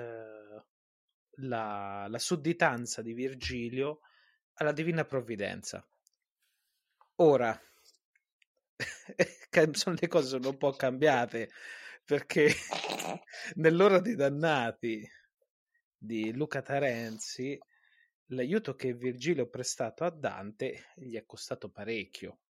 S2: la sudditanza di Virgilio alla Divina Provvidenza. Ora le cose sono un po' cambiate, perché nell'Ora dei Dannati di Luca Terenzi l'aiuto che Virgilio ha prestato a Dante gli è costato parecchio.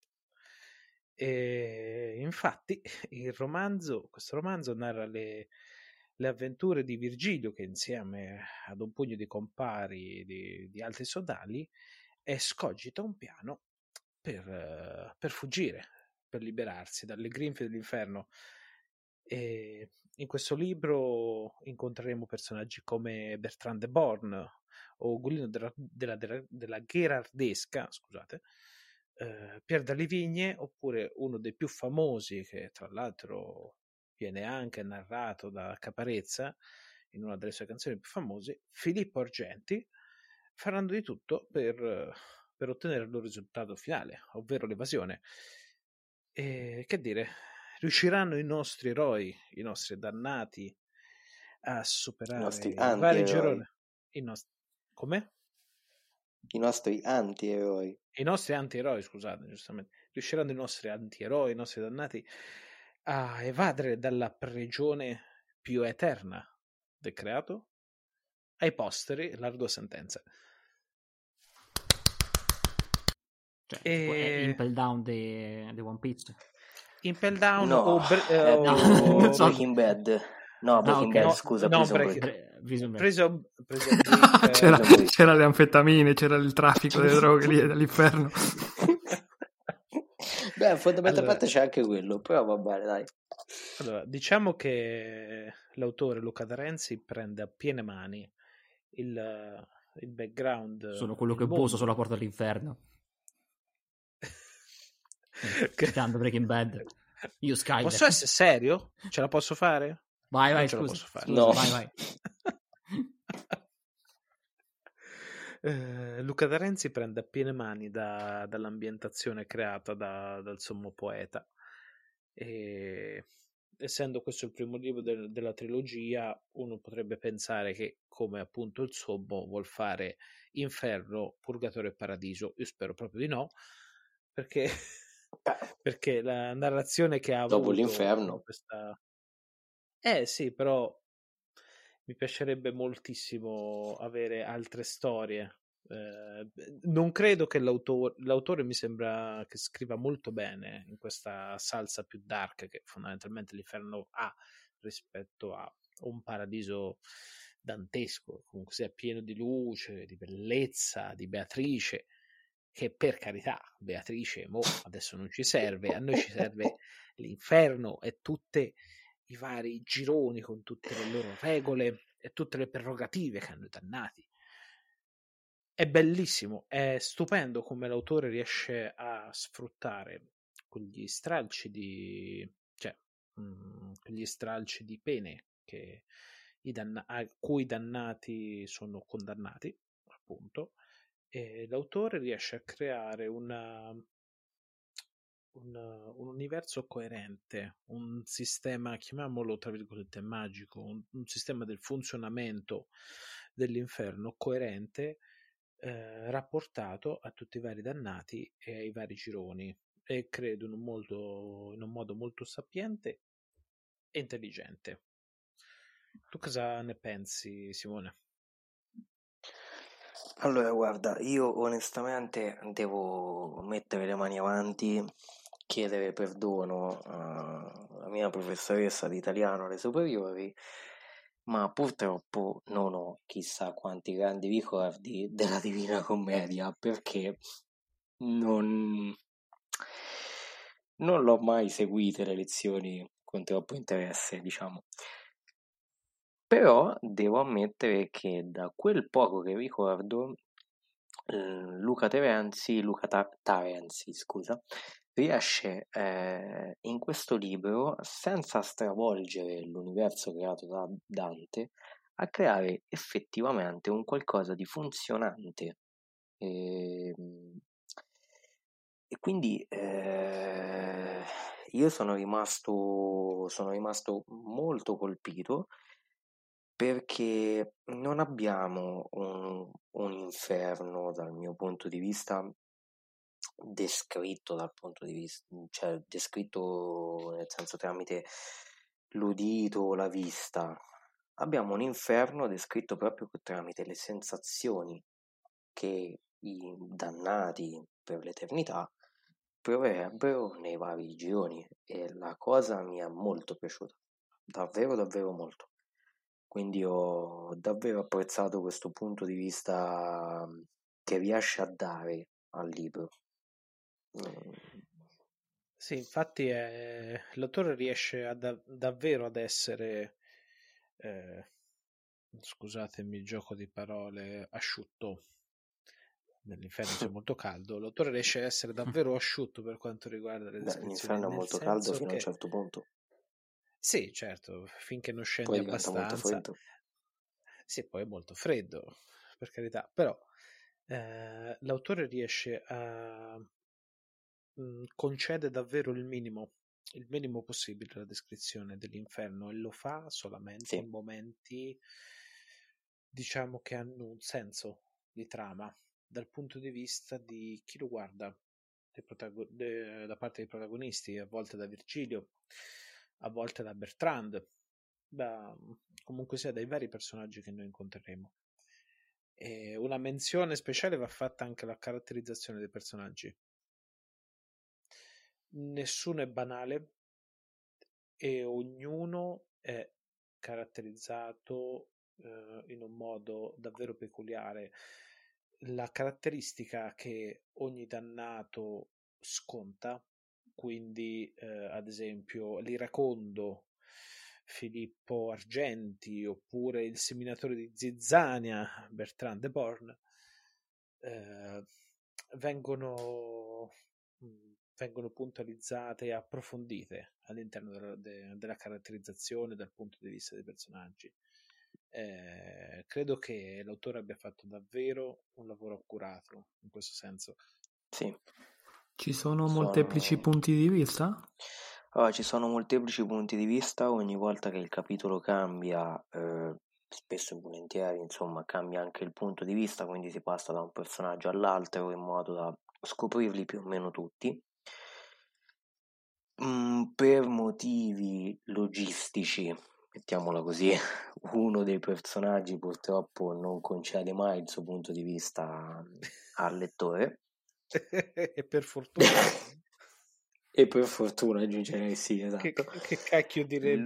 S2: E infatti questo romanzo narra le avventure di Virgilio, che insieme ad un pugno di compari di altri sodali escogita un piano per fuggire, per liberarsi dalle grinfie dell'inferno. E in questo libro incontreremo personaggi come Bertrand de Born o Guglielmo della Gherardesca, scusate, Pier dalle Vigne, oppure uno dei più famosi, che tra l'altro viene anche narrato da Caparezza in una delle sue canzoni più famose, Filippo Argenti, faranno di tutto per ottenere il loro risultato finale, ovvero l'evasione. E che dire, riusciranno i nostri eroi, i nostri dannati, a superare
S4: I nostri
S2: i vari
S4: anti-eroi.
S2: gironi? Come?
S4: I nostri anti-eroi.
S2: I nostri anti-eroi, scusate, giustamente. Riusciranno i nostri anti-eroi, i nostri dannati, a evadere dalla prigione più eterna del creato? Ai posteri, l'ardua sentenza.
S1: Cioè, è Impel Down di One Piece.
S2: Impel Down
S4: No, è
S1: no,
S4: più
S1: non so.
S4: Breaking Bad. No, Breaking
S1: ok.
S4: Bad, scusa,
S2: No,
S4: Prison Break.
S2: Prison Break.
S3: C'era le anfetamine, c'era il traffico delle droghe lì all'inferno.
S4: Beh, fondamentalmente c'è anche quello, però va bene, dai.
S2: Allora, diciamo che l'autore Luca Terenzi prende a piene mani il background.
S1: Sono quello che bussa sulla porta dell'inferno. Citando Breaking Bad. Io Skyler.
S2: Posso essere serio? Ce la posso fare?
S1: Vai,
S2: Non
S1: vai,
S2: ce la
S1: scusa.
S2: posso fare.
S4: No.
S1: Vai.
S2: Luca Terenzi prende a piene mani dall'ambientazione creata dal sommo poeta, e essendo questo il primo libro della trilogia, uno potrebbe pensare che, come appunto il sommo, vuol fare inferno, purgatorio e paradiso. Io spero proprio di no, perché la narrazione che ha
S4: Dopo
S2: avuto
S4: l'inferno.
S2: questa... sì, però mi piacerebbe moltissimo avere altre storie. Non credo che l'autore mi sembra che scriva molto bene in questa salsa più dark che fondamentalmente l'inferno ha rispetto a un paradiso dantesco, comunque sia pieno di luce, di bellezza, di Beatrice, che per carità, Beatrice adesso non ci serve, a noi ci serve l'inferno e tutte i vari gironi con tutte le loro regole e tutte le prerogative che hanno i dannati. È bellissimo, è stupendo come l'autore riesce a sfruttare quegli stralci quegli stralci di pene che a cui i dannati sono condannati, appunto, e l'autore riesce a creare un universo coerente, un sistema, chiamiamolo tra virgolette magico, un sistema del funzionamento dell'inferno coerente, rapportato a tutti i vari dannati e ai vari gironi, e credo in un modo molto sapiente e intelligente. Tu cosa ne pensi, Simone?
S4: Allora, guarda, io onestamente devo mettere le mani avanti, chiedere perdono alla mia professoressa di italiano alle superiori, ma purtroppo non ho chissà quanti grandi ricordi della Divina Commedia, perché non l'ho mai seguite le lezioni con troppo interesse, diciamo. Però devo ammettere che da quel poco che ricordo, Luca Tarenzi, scusa, riesce in questo libro, senza stravolgere l'universo creato da Dante, a creare effettivamente un qualcosa di funzionante. E quindi io sono rimasto molto colpito, perché non abbiamo un inferno dal mio punto di vista descritto, cioè descritto nel senso tramite l'udito, la vista. Abbiamo un inferno descritto proprio tramite le sensazioni che i dannati per l'eternità proverebbero nei vari gironi, e la cosa mi è molto piaciuta, davvero davvero molto. Quindi ho davvero apprezzato questo punto di vista che riesce a dare al libro.
S2: Sì, infatti l'autore riesce davvero ad essere, scusatemi il gioco di parole, asciutto. Nell'inferno c'è molto caldo, l'autore riesce a essere davvero asciutto per quanto riguarda le descrizioni,
S4: L'inferno è
S2: nel
S4: molto caldo
S2: senso
S4: fino a un
S2: che
S4: certo punto,
S2: sì, certo, finché non scendi
S4: poi diventa molto
S2: abbastanza,
S4: freddo.
S2: sì, poi è molto freddo, per carità, però l'autore riesce a concede davvero il minimo possibile alla descrizione dell'inferno, e lo fa solamente
S4: Sì,
S2: in momenti, diciamo, che hanno un senso di trama dal punto di vista di chi lo guarda, da parte dei protagonisti, a volte da Virgilio, a volte da Bertrand, comunque sia dai vari personaggi che noi incontreremo. E una menzione speciale va fatta anche alla caratterizzazione dei personaggi. Nessuno è banale e ognuno è caratterizzato in un modo davvero peculiare. La caratteristica che ogni dannato sconta, quindi ad esempio l'iracondo Filippo Argenti, oppure il seminatore di Zizzania Bertrand de Born, vengono puntualizzate e approfondite all'interno della caratterizzazione dal punto di vista dei personaggi. Credo che l'autore abbia fatto davvero un lavoro accurato in questo senso.
S4: sì.
S3: Ci sono molteplici punti di vista?
S4: Allora, ci sono molteplici punti di vista, ogni volta che il capitolo cambia, spesso e volentieri, insomma, cambia anche il punto di vista, quindi si passa da un personaggio all'altro in modo da scoprirli più o meno tutti. Per motivi logistici, mettiamola così, uno dei personaggi purtroppo non concede mai il suo punto di vista al lettore.
S2: E per fortuna.
S4: E per fortuna aggiungerei sì, esatto.
S2: Che cacchio direbbe?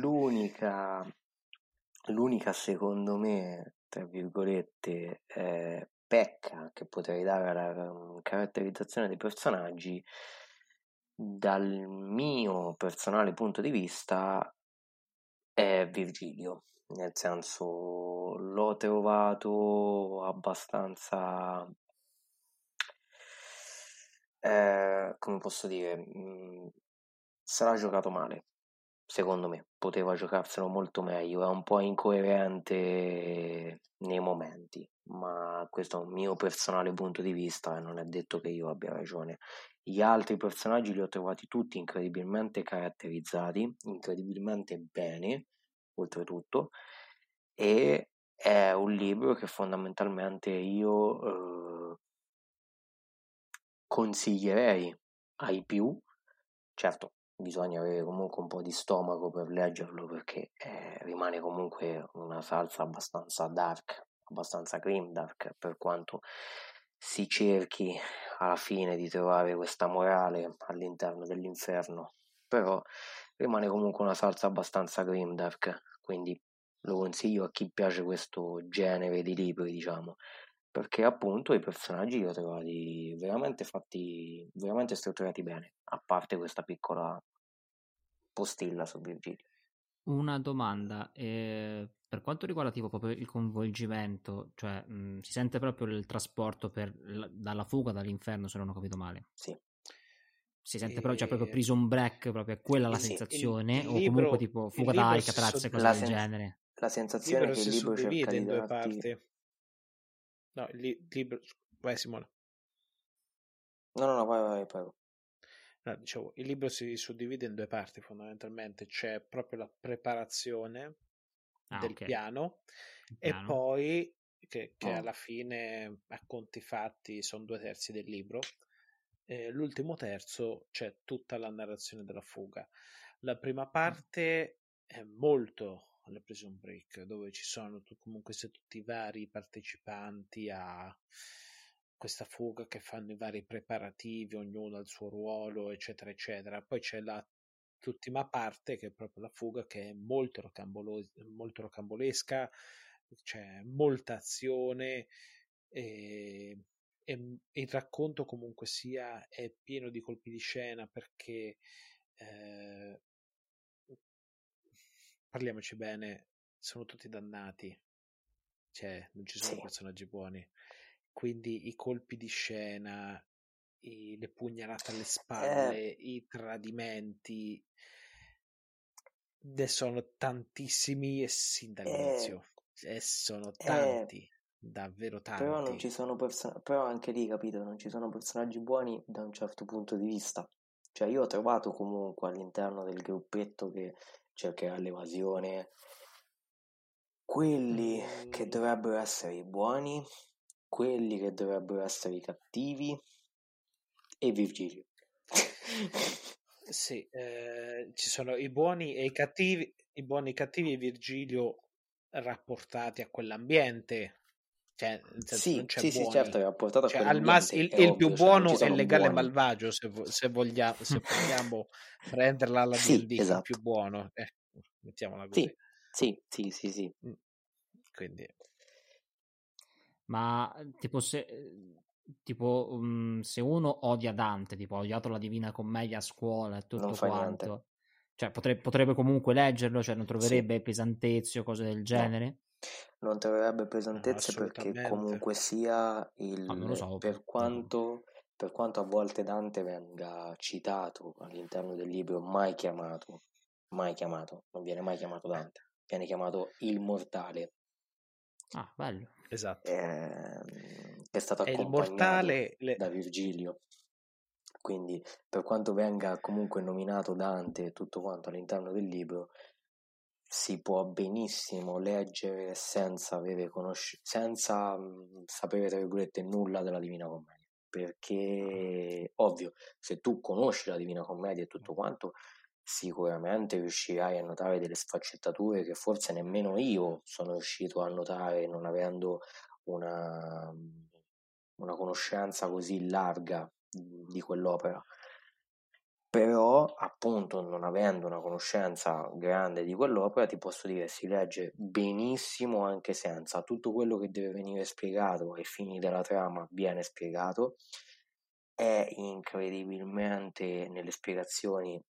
S4: L'unica secondo me, tra virgolette, pecca che potrei dare alla caratterizzazione dei personaggi, dal mio personale punto di vista, è Virgilio. Nel senso, l'ho trovato abbastanza, come posso dire, sarà giocato male. Secondo me poteva giocarselo molto meglio, è un po' incoerente nei momenti, ma questo è un mio personale punto di vista e non è detto che io abbia ragione. Gli altri personaggi li ho trovati tutti incredibilmente caratterizzati, incredibilmente bene, oltretutto, e è un libro che fondamentalmente io consiglierei ai più. Certo, bisogna avere comunque un po' di stomaco per leggerlo, perché rimane comunque una salsa abbastanza dark, abbastanza grimdark, per quanto si cerchi alla fine di trovare questa morale all'interno dell'inferno, però rimane comunque una salsa abbastanza grimdark, quindi lo consiglio a chi piace questo genere di libri, diciamo, perché appunto i personaggi li ho trovati veramente fatti, veramente strutturati bene, a parte questa piccola postilla su Virgilio.
S1: Una domanda, per quanto riguarda tipo proprio il coinvolgimento, cioè si sente proprio il trasporto dalla fuga dall'inferno, se non ho capito male.
S4: Sì.
S1: Si sente cioè proprio Prison Break, proprio quella la
S4: Sì.
S1: sensazione,
S2: il
S1: o
S2: libro,
S1: comunque tipo fuga da
S2: si
S1: Alcatraz e cose
S4: La,
S1: del genere.
S4: la sensazione che il libro cerca
S2: suddivide
S4: di
S2: in due
S4: darti...
S2: parti. No, il libro... Vai Simone.
S4: No, vai.
S2: No, dicevo, il libro si suddivide in due parti fondamentalmente. C'è proprio la preparazione del
S1: Ok.
S2: piano,
S1: Il
S2: e
S1: piano.
S2: poi che alla fine, a conti fatti, sono 2/3 del libro. L'ultimo terzo c'è tutta la narrazione della fuga. La prima parte è molto alla Prison Break, dove ci sono comunque tutti i vari partecipanti a questa fuga che fanno i vari preparativi, ognuno ha il suo ruolo, eccetera, eccetera. Poi c'è l'ultima parte, che è proprio la fuga, che è molto rocambolesca, c'è molta azione e il racconto comunque sia è pieno di colpi di scena, perché parliamoci bene, sono tutti dannati, cioè non ci sono
S4: Sì.
S2: personaggi buoni, quindi i colpi di scena, le pugnalate alle spalle, i tradimenti, ne sono tantissimi, e sin dall'inizio, e sono tanti, davvero
S4: però non
S2: tanti.
S4: ci sono però anche lì, capito, non ci sono personaggi buoni da un certo punto di vista. Cioè io ho trovato comunque all'interno del gruppetto che cercherà l'evasione quelli che dovrebbero essere i buoni, quelli che dovrebbero essere i cattivi e Virgilio.
S2: Sì, ci sono i buoni e i cattivi e Virgilio rapportati a quell'ambiente, cioè nel senso non c'è
S4: Sì,
S2: buoni,
S4: certo, è rapportato a
S2: cioè
S4: quell'ambiente, è
S2: il più
S4: ovvio, cioè non ci
S2: buono è
S4: sono
S2: legale
S4: buoni.
S2: malvagio, se vogliamo prenderla alla
S4: Sì,
S2: D&D, il
S4: esatto.
S2: più buono, mettiamola così.
S4: Sì.
S2: Quindi
S1: Ma tipo se uno odia Dante, tipo ha odiato la Divina Commedia a scuola e
S4: Non
S1: tutto
S4: fa niente.
S1: quanto, cioè potrebbe comunque leggerlo, cioè non
S4: Sì.
S1: troverebbe pesantezze o cose del genere?
S4: Non troverebbe pesantezze perché
S2: assolutamente.
S4: comunque sia
S1: Non lo so,
S4: per quanto a volte Dante venga citato all'interno del libro, mai chiamato, non viene mai chiamato Dante, viene chiamato il mortale.
S1: Ah, bello.
S2: Esatto.
S4: Che è stato
S2: È il
S4: accompagnato
S2: mortale
S4: da Virgilio. Quindi per quanto venga comunque nominato Dante e tutto quanto all'interno del libro, si può benissimo leggere senza avere senza sapere tra virgolette nulla della Divina Commedia, perché ovvio, se tu conosci la Divina Commedia e tutto quanto, sicuramente riuscirai a notare delle sfaccettature che forse nemmeno io sono riuscito a notare, non avendo una conoscenza così larga di quell'opera. Però, appunto, non avendo una conoscenza grande di quell'opera, ti posso dire, si legge benissimo anche senza. Tutto quello che deve venire spiegato ai fini della trama viene spiegato. È incredibilmente nelle spiegazioni,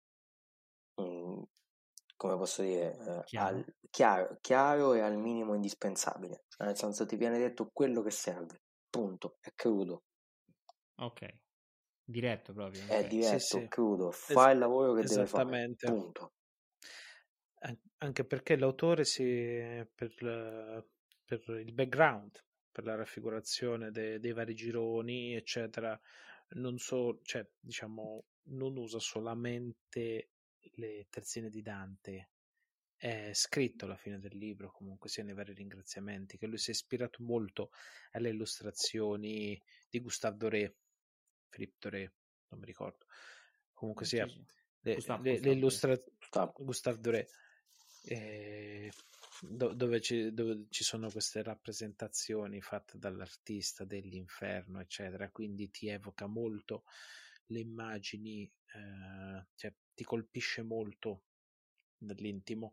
S4: come posso dire, chiaro e al minimo indispensabile. Cioè, nel senso, ti viene detto quello che serve. Punto. È crudo.
S1: Ok. Diretto proprio.
S4: È
S1: Ok.
S4: diretto,
S2: Sì.
S4: crudo, fa il lavoro che deve fare.
S2: Esattamente.
S4: Punto.
S2: Anche perché l'autore per il background, per la raffigurazione dei vari gironi, eccetera, non usa solamente le terzine di Dante. È scritto alla fine del libro, comunque sia nei vari ringraziamenti, che lui si è ispirato molto alle illustrazioni di Gustave Doré, Philippe Doré, non mi ricordo. Comunque sia,
S1: Sì.
S2: le illustrazioni Gustave Doré, dove ci sono queste rappresentazioni fatte dall'artista dell'inferno, eccetera, quindi ti evoca molto le immagini, cioè ti colpisce molto nell'intimo.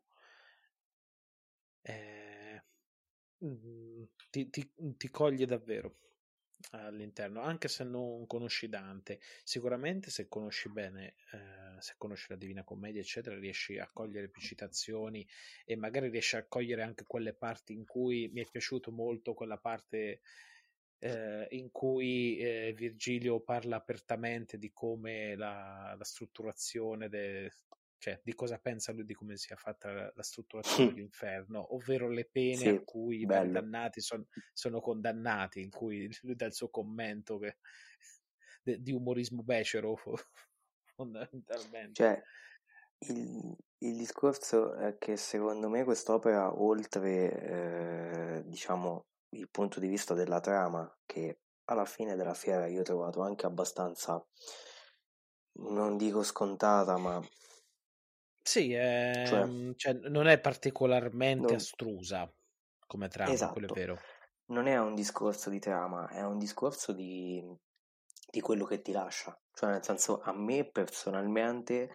S2: Ti coglie davvero all'interno, anche se non conosci Dante. Sicuramente se conosci bene, se conosci la Divina Commedia, eccetera, riesci a cogliere più citazioni e magari riesci a cogliere anche quelle parti in cui mi è piaciuto molto quella parte in cui Virgilio parla apertamente di come la strutturazione cioè di cosa pensa lui di come sia fatta la strutturazione dell'inferno, ovvero le pene a cui i vari dannati sono condannati, in cui lui dà il suo commento di umorismo becero fondamentalmente.
S4: Cioè, il discorso è che secondo me quest'opera, oltre diciamo il punto di vista della trama, che alla fine della fiera io ho trovato anche abbastanza, non dico scontata, ma
S2: Sì, cioè, non è particolarmente astrusa come trama,
S4: esatto.
S2: quello è vero.
S4: Non è un discorso di trama, è un discorso di quello che ti lascia. Cioè, nel senso, a me personalmente,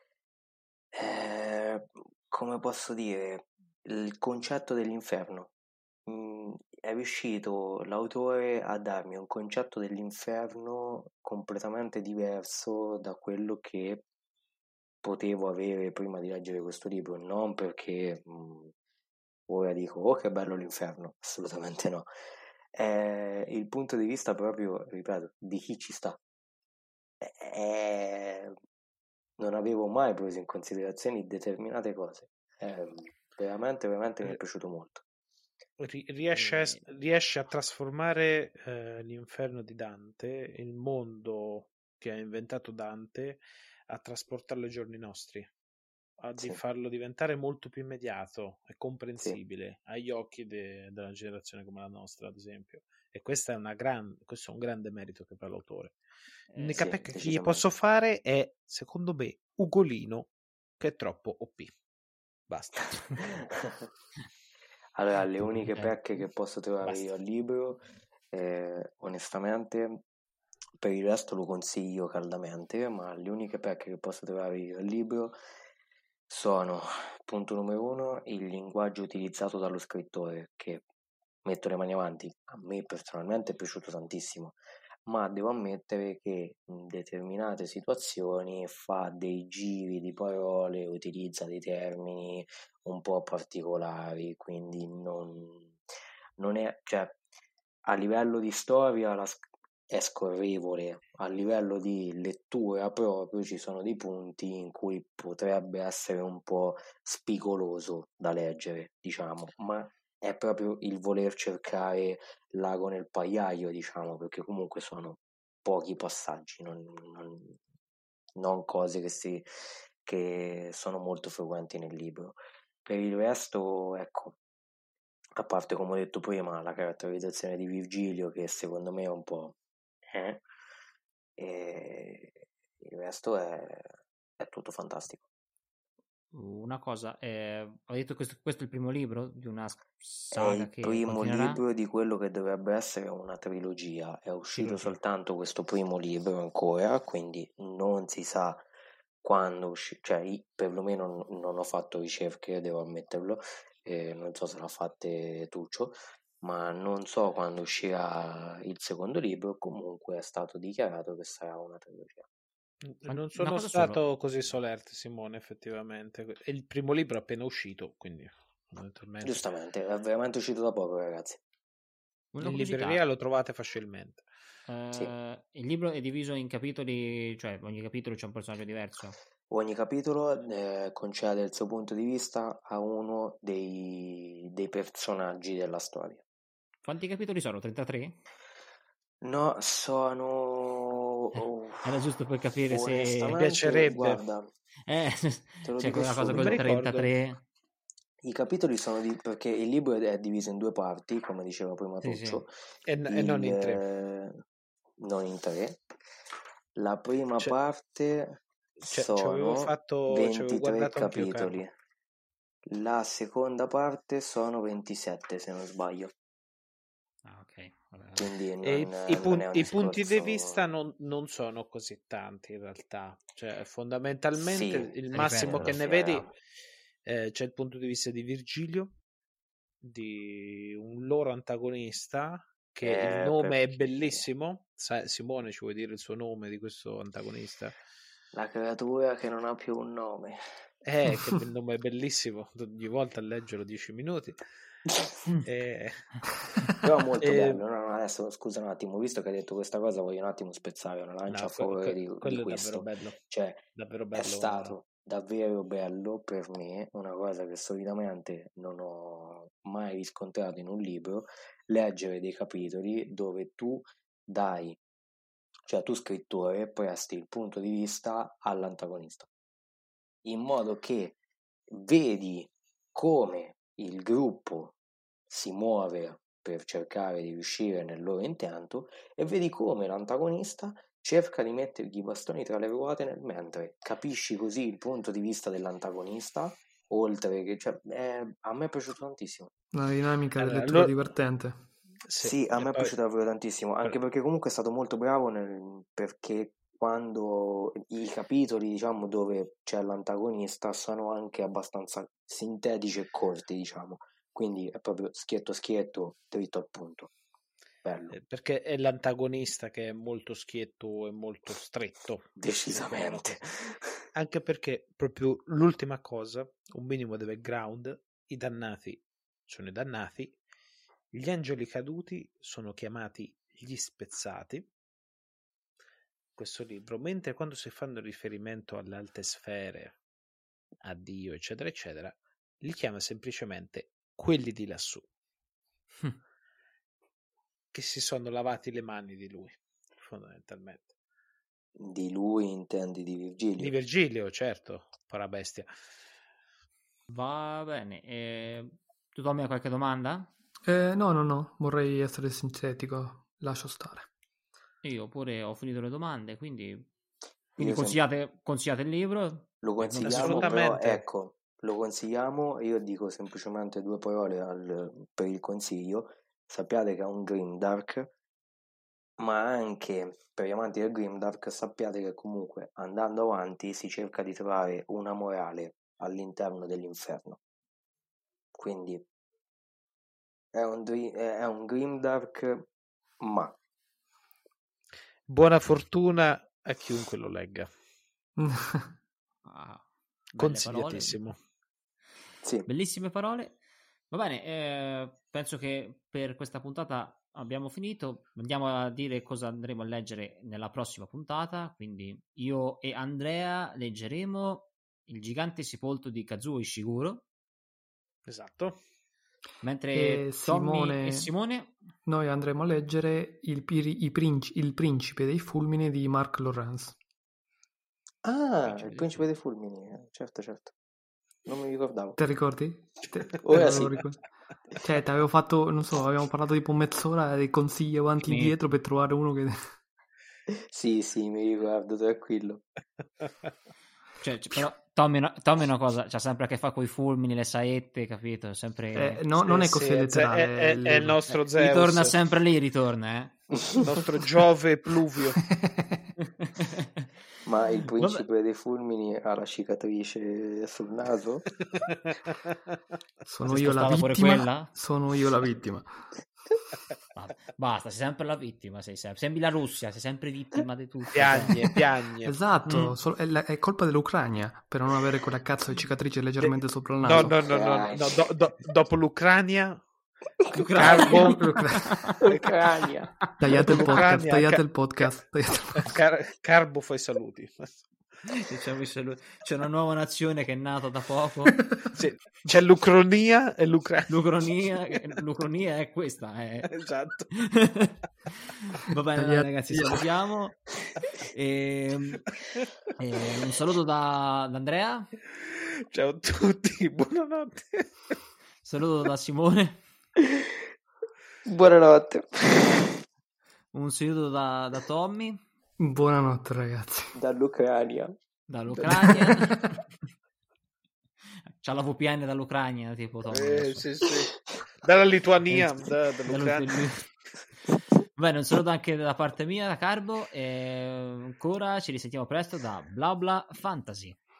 S4: come posso dire, il concetto dell'inferno. È riuscito l'autore a darmi un concetto dell'inferno completamente diverso da quello che potevo avere prima di leggere questo libro, non perché ora dico, oh che bello l'inferno, assolutamente no. È il punto di vista proprio, ripeto, di chi ci sta. Non avevo mai preso in considerazione determinate cose. Veramente mi è piaciuto molto.
S2: Riesce a trasformare l'inferno di Dante, il mondo che ha inventato Dante, a trasportarlo ai giorni nostri, di farlo diventare molto più immediato e comprensibile agli occhi della generazione come la nostra, ad esempio. E questo è un grande merito che fa l'autore. L'unica pecca che gli posso fare è, secondo me, Ugolino, che è troppo OP. Basta.
S4: Allora, le uniche pecche che posso trovare io al libro, onestamente, per il resto lo consiglio caldamente, ma le uniche pecche che posso trovare io al libro sono, punto numero 1, il linguaggio utilizzato dallo scrittore, che metto le mani avanti, a me personalmente è piaciuto tantissimo, ma devo ammettere che in determinate situazioni fa dei giri di parole, utilizza dei termini un po' particolari, quindi non è, cioè, a livello di storia è scorrevole, a livello di lettura proprio ci sono dei punti in cui potrebbe essere un po' spigoloso da leggere, diciamo, ma è proprio il voler cercare l'ago nel pagliaio, diciamo, perché comunque sono pochi passaggi, non cose che sono molto frequenti nel libro. Per il resto, ecco, a parte come ho detto prima, la caratterizzazione di Virgilio, che secondo me è un po'... e il resto è tutto fantastico.
S1: Una cosa, ho detto questo è il primo libro di una saga
S4: che è il primo
S1: continuerà?
S4: libro di quello che dovrebbe essere una trilogia. È uscito soltanto questo primo libro ancora, quindi non si sa quando uscirà, cioè perlomeno non ho fatto ricerche, devo ammetterlo, non so se l'ha fatte Tuccio, ma non so quando uscirà il secondo libro. Comunque è stato dichiarato che sarà una trilogia.
S2: Non sono stato così solerte, Simone, effettivamente. È il primo libro appena uscito, quindi
S4: giustamente, è veramente uscito da poco, ragazzi.
S2: In libreria lo trovate facilmente.
S1: Il libro è diviso in capitoli, cioè ogni capitolo c'è un personaggio diverso.
S4: Ogni capitolo concede il suo punto di vista a uno dei personaggi della storia.
S1: Quanti capitoli sono? 33?
S4: No, sono...
S1: Era giusto per capire se...
S2: Mi piacerebbe.
S4: Guarda, te lo
S1: c'è
S4: dico
S1: quella cosa
S4: subito.
S1: con 33.
S4: I capitoli sono perché il libro è diviso in due parti, come diceva prima Tuccio.
S2: E non in tre.
S4: Non in tre. La prima parte sono 23 capitoli. La seconda parte sono 27, se non sbaglio.
S1: Ok.
S4: Quindi
S2: i punti di vista non sono così tanti in realtà, cioè fondamentalmente il massimo che ne vedi c'è il punto di vista di Virgilio, di un loro antagonista, che il nome è bellissimo. Simone, ci vuoi dire il suo nome di questo antagonista?
S4: La creatura che non ha più un nome.
S2: Che il nome è bellissimo, ogni volta a leggerlo 10 minuti.
S4: Però molto bello. No, adesso scusa un attimo, visto che hai detto questa cosa voglio un attimo spezzare una lancia a favore di questo.
S2: È davvero bello.
S4: Cioè,
S2: davvero bello.
S4: È stato davvero bello per me, una cosa che solitamente non ho mai riscontrato in un libro, leggere dei capitoli dove tu dai, cioè tu scrittore presti il punto di vista all'antagonista, in modo che vedi come il gruppo si muove per cercare di riuscire nel loro intento e vedi come l'antagonista cerca di mettergli i bastoni tra le ruote nel mentre, capisci così il punto di vista dell'antagonista, oltre che, cioè, a me è piaciuto tantissimo.
S3: La dinamica del lettura divertente.
S4: Sì, a me è piaciuto davvero tantissimo, anche perché comunque è stato molto bravo perché quando i capitoli, diciamo, dove c'è l'antagonista sono anche abbastanza sintetici e corti, diciamo, quindi è proprio schietto, dritto al punto. Bello.
S2: Perché è l'antagonista che è molto schietto e molto stretto.
S4: Decisamente.
S2: Anche perché proprio l'ultima cosa, un minimo di background, i dannati sono i dannati, gli angeli caduti sono chiamati gli spezzati. Questo libro, mentre quando si fanno riferimento alle alte sfere, a Dio, eccetera, eccetera, li chiama semplicemente quelli di lassù, che si sono lavati le mani di lui, fondamentalmente.
S4: Di lui intendi di Virgilio?
S2: Di Virgilio, certo, povera bestia.
S1: Va bene. Tu Tommy hai qualche domanda?
S3: No, vorrei essere sintetico, lascio stare.
S1: Io pure ho finito le domande, quindi consigliate il libro?
S4: Lo consigliamo, però ecco, lo consigliamo, io dico semplicemente 2 parole per il consiglio. Sappiate che è un grimdark, ma anche per gli amanti del grimdark sappiate che comunque andando avanti si cerca di trovare una morale all'interno dell'inferno, quindi è un grimdark, ma
S2: buona fortuna a chiunque lo legga. Consigliatissimo.
S4: Sì.
S1: Bellissime parole. Va bene, penso che per questa puntata abbiamo finito. Andiamo a dire cosa andremo a leggere nella prossima puntata. Quindi io e Andrea leggeremo Il gigante sepolto di Kazuo Ishiguro.
S2: Esatto.
S1: Mentre Tommy e Simone
S3: noi andremo a leggere il principe dei fulmini di Mark Lawrence.
S4: Il principe dei fulmini, certo. Non mi ricordavo.
S3: Te ricordi?
S4: Ora sì.
S3: Cioè, ti avevo fatto, non so, abbiamo parlato tipo mezz'ora dei consigli avanti e indietro per trovare uno che...
S4: Sì, mi ricordo, tranquillo.
S1: Cioè, però Tommy è una cosa, c'ha sempre a che fare con i fulmini, le saette, capito? Sempre...
S3: non è così letterale.
S2: È il nostro Zeus.
S1: Ritorna sempre lì, ritorna,
S2: Il nostro Giove Pluvio.
S4: Ma il principe dei fulmini ha la cicatrice sul naso?
S3: Sono io la vittima. Sono io la vittima.
S1: Basta, sei sempre la vittima, sembri la Russia, sei sempre vittima di tutto.
S2: Piagne.
S3: Esatto, è colpa dell'Ucraina per non avere quella cazzo di cicatrice leggermente sopra il naso.
S2: No. Dopo l'Ucraina...
S4: Ucraina.
S3: Tagliate il podcast.
S2: Carbo fa i saluti.
S1: C'è una nuova nazione che è nata da poco.
S2: Sì, c'è l'Ucronia e
S1: l'Ucronia è questa.
S2: Esatto.
S1: Va bene, ragazzi, salutiamo. Un saluto da Andrea.
S2: Ciao a tutti, buonanotte.
S1: Saluto da Simone.
S4: Buonanotte.
S1: Un saluto da Tommy.
S3: Buonanotte, ragazzi.
S4: Dall'Ucraina.
S1: C'ha la VPN dall'Ucraina, tipo Tommy.
S2: Sì. Dalla Lituania. Dall'Ucraina.
S1: Bene, un saluto anche da parte mia, da Carbo. E ancora ci risentiamo presto da Bla Bla Fantasy.